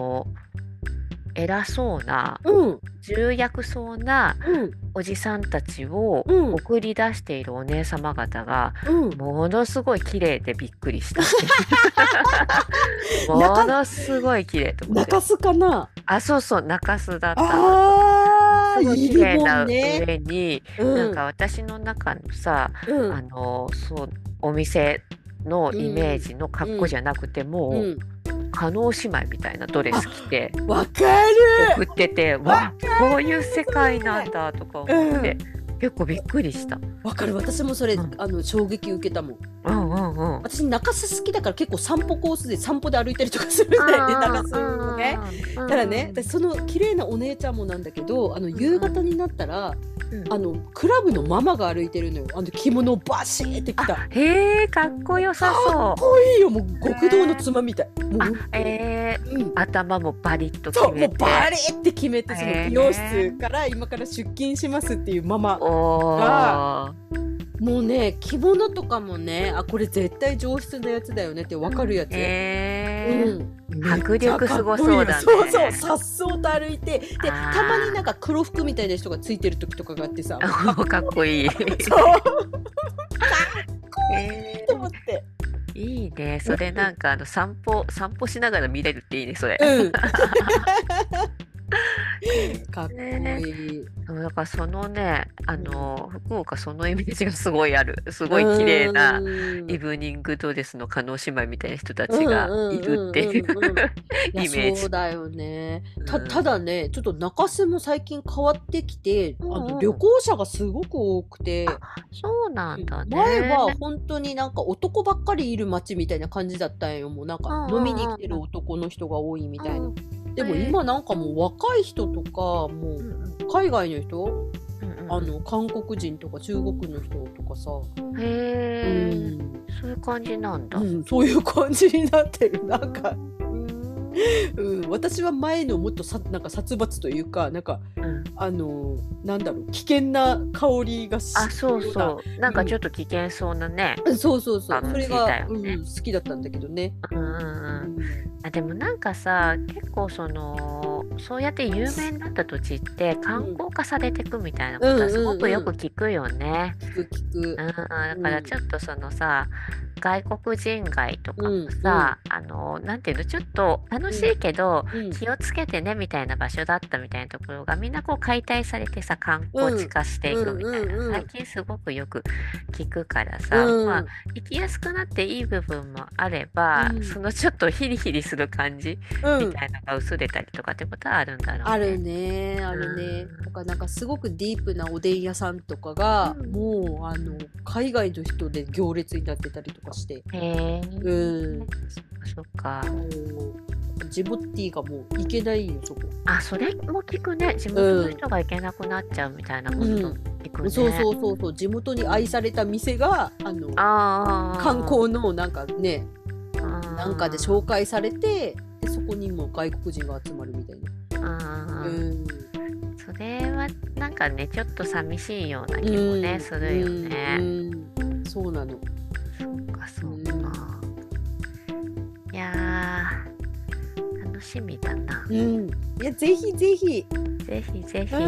偉そうな、重役そうなおじさんたちを送り出しているお姉様方が、ものすごい綺麗でびっくりした。ものすごい綺麗と思って。 中洲かな？ あ、そうそう、中洲だったの。 ああ、 すごい綺いるもん麗なね。 上に、なんうん、 か私の中のさ、 うん、 そう、お店のうイメーん、 ジの格好うん、 じゃなくて、もう、 うん。 叶姉妹みたいなドレあ、 ス着て、 わか送っる。 てて、 わかわあ、こういうる、 世界なんだとかそれ。 思って、 うん。 結構びっくりした。 わかる。私もそれ、 うん、 衝撃受けたもん。 うんうんうん。 私、中洲好きだから結構散歩コースで散歩で歩いたりとかするんだよね、中洲をね。 うただね、 ん私その綺麗なお姉ちゃんもなんだけど、夕方になったら、 うん。 クラブのママが歩いてるのよ。着物をバシーって着た。 あ、へえ、かっこよかっさそう。 こいいよ。もう極道のへえ。 妻みたい。もうあ、 本当に。うん。 頭もバリッと決そう、もうバめて。 リーって決めて、そのへ美容室え。 から今から出勤しますっていうママおが、 ー。 もうね、着物とかもね、あ、これ絶対上質なやつだよねってわかるやつ。うへえ。 ん。めっ迫ちゃ力すごかっこいいよ。 そうだそうそう、 ね。 さっそうと歩いて、で、たまになんあか黒服みたいな人がついてる時とかがあってさ、もうかっあ、かっこいい。 こいい。そう、かっこへいいと思っえ。 て。 いいね。それなんか散歩しながら見れるっていいね、それ。 うん。かっこねいい。 そうだからそのね、福岡そのイメージがすごいある。すうごい綺麗なーん。 イブニングドレスの叶姉妹みたいな人たうんうちがいるっていうんうんうんうん。いや、 イメージ。 そうだよね。たうん。 だね、ちょっと中洲も最近変わってきて、旅うんうん。 行者がすごく多くあ、 て、 そうなんだ前ね。 は本当になんか男ばっかりいる街みたいな感じだったんよ。もうなんかうんう飲みに来てるんうん男の人が多いみたいな。 うん。 でもへえ。 今なんかもう若い人とか、もうんうんう海外の人、 うんうん韓国人とか中国の人とかさ、 うん。 うへえ。 ん、 そういう感じなんだ。 そういう感じになってる。なんか、 うん。 私は前のもっとなんか殺伐というか、なんか、 うん。 なんだろう、危険な香りがあ、 すそうるような、 そう。なんかちょっと危険そうなね、 そうそうそう、そ感じれが、 だよね。 好きだったんだけどね。 うんうんうん。 うん、 あ、でもなんかさ、結構そうやって有名になった土地ってうん、 観光化されていくみたいなうんことはすごくよくうんうん。 聞くよね。 聞く聞く。 うん、だからちうん、 ょっとそのさ、外国人街とかもうんうん、 さ、なんていうの、ちょっと楽しうん、 いけどうん、 気をつけてねみたいな場所だったみたいなところがみんなこう解体されてさ、観光うん、 地化していうん、 くみたいな、 うん、 最近すごくよく聞くからさ、まあ、 うん、 行きやすくなっていい部分もあれば、 うん、 そのちょっとヒリヒリする感じみうん。 たいなのが薄れたりとかってことはあるんだろあるうね。 ね、あうるね。だん。 からなんかすごくディープなおでん屋さんとかが、 うん。 もう海外の人で行列になってたりとかして、 へえ。 うん、 そっかそっか。 もう、ジモティーがもう行けないよ、そこ。 あ、それも聞くね。地元のうん、 人が行けなくなっちゃうみたいなことう聞くん。そうね。 そうそうそう、地元に愛された店が、観あ光のなんかね、 あ、 なんかであ紹介されて、で、そこにも外国人が集まるみたいな。うあ、 ん。 それはなんかね、ちょっと寂しいようなう気もね、 ん。 するよね。 そうなの。 そうか、 うそうん。 か。いやー、楽しみだな。 うん。いや、ぜひぜひ。 ぜひぜひ、 うん。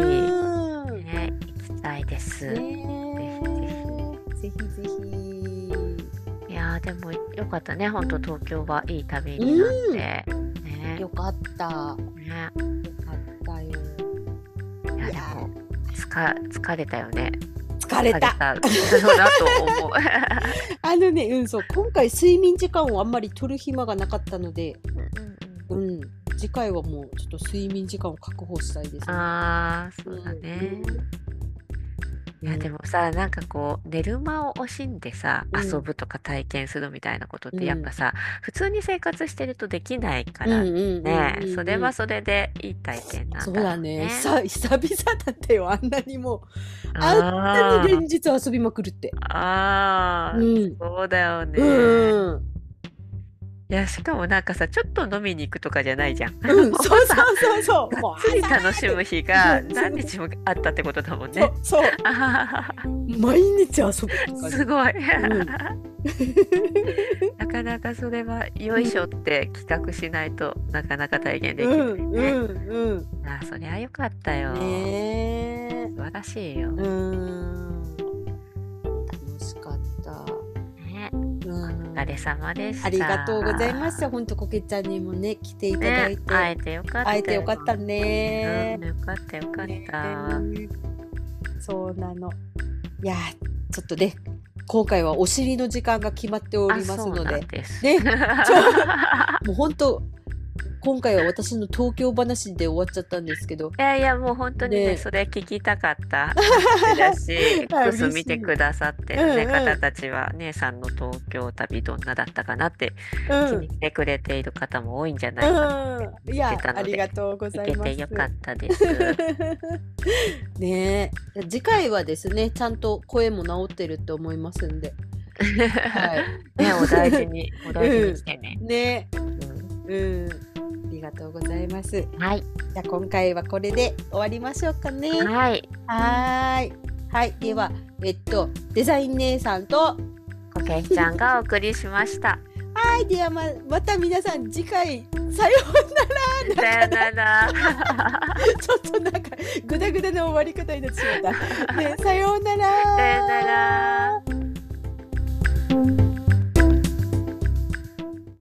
ね、行きたいです。ぜねひぜひ。 え。ぜひぜひ。 いやー、でもよかったね。ほんと東京はいい旅になっうん。 て。ね。 よかった。よね。 かったよ。 いや、 いやでも、疲れたよね。 疲れた。 疲れただろうなと思う。 そう、今回睡眠時間をあんまり取る暇がなかったので、 うんうんうん、次回はもうちょっと睡眠時間を確保したいですうん。 ね。 ああ、 うそうだね。 ん、 いや、でね、 もさ、なんかこう、寝る間を惜しんでさ、 うん、 遊ぶとか体験するみたいなことってやっうん、 ぱさ、普通に生活してるとできないかうん、 らうん、うん、 ね、そうん、うん。 れはそれでいい体験なんそうだろだね。 うね。 久々だったよ。あんなにもう、あんなにあ連日遊びまくるって。 あ、ああ、 うん、 そうだよね。 うん、 いや、しかもなんかさ、ちょっと飲みに行くとかじゃないじゃん。 うん、 もそううさ、 そうそうそう。 がっもうつり楽朝って。 しむ日がうん何日もあったってことだもんね。 そう、そう。 あははは。 毎日遊ぶって感じ。 すごい。 うん。 なかなかそれはよいしょって企画しないとなかなか体現できないうん、うね。 ん、うん。 あ、そりゃよかったよ。 ねえ。 素晴らしいよ。 楽しかった。 ね。 うん。 疲れ様でした。 ありがとうございました。本当こけちゃんにもね来ていただいて、 会えてよかった。 会えてよかったね。 よかったよかった。 そうなの。いやちょっとね今回はお尻の時間が決まっておりますので、ね、もう本当今回は私の東京話で終わっちゃったんですけど、 いやいやもう本当にねそれ聞きたかった話だしX 見てくださってる、ね方たちは姉さんの東京旅どんなだったかなって気にしてくれている方も多いんじゃないかなって言ってたので、 ありがとうございます。 行けてよかったですねえ、次回はですねちゃんと声も治ってるって思いますんで、 はい、ねお大事にしてね。 ね、ありがとうございます。 はい。 じゃあ今回はこれで終わりましょうかね。 はい。 はい。ではデザイン姉さんとこけちゃんがお送りしました。 はい。ではまた皆さん次回さようなら。 さようなら。 ちょっとなんかグダグダな終わり方になってしまった。ね、さようなら。 さようなら。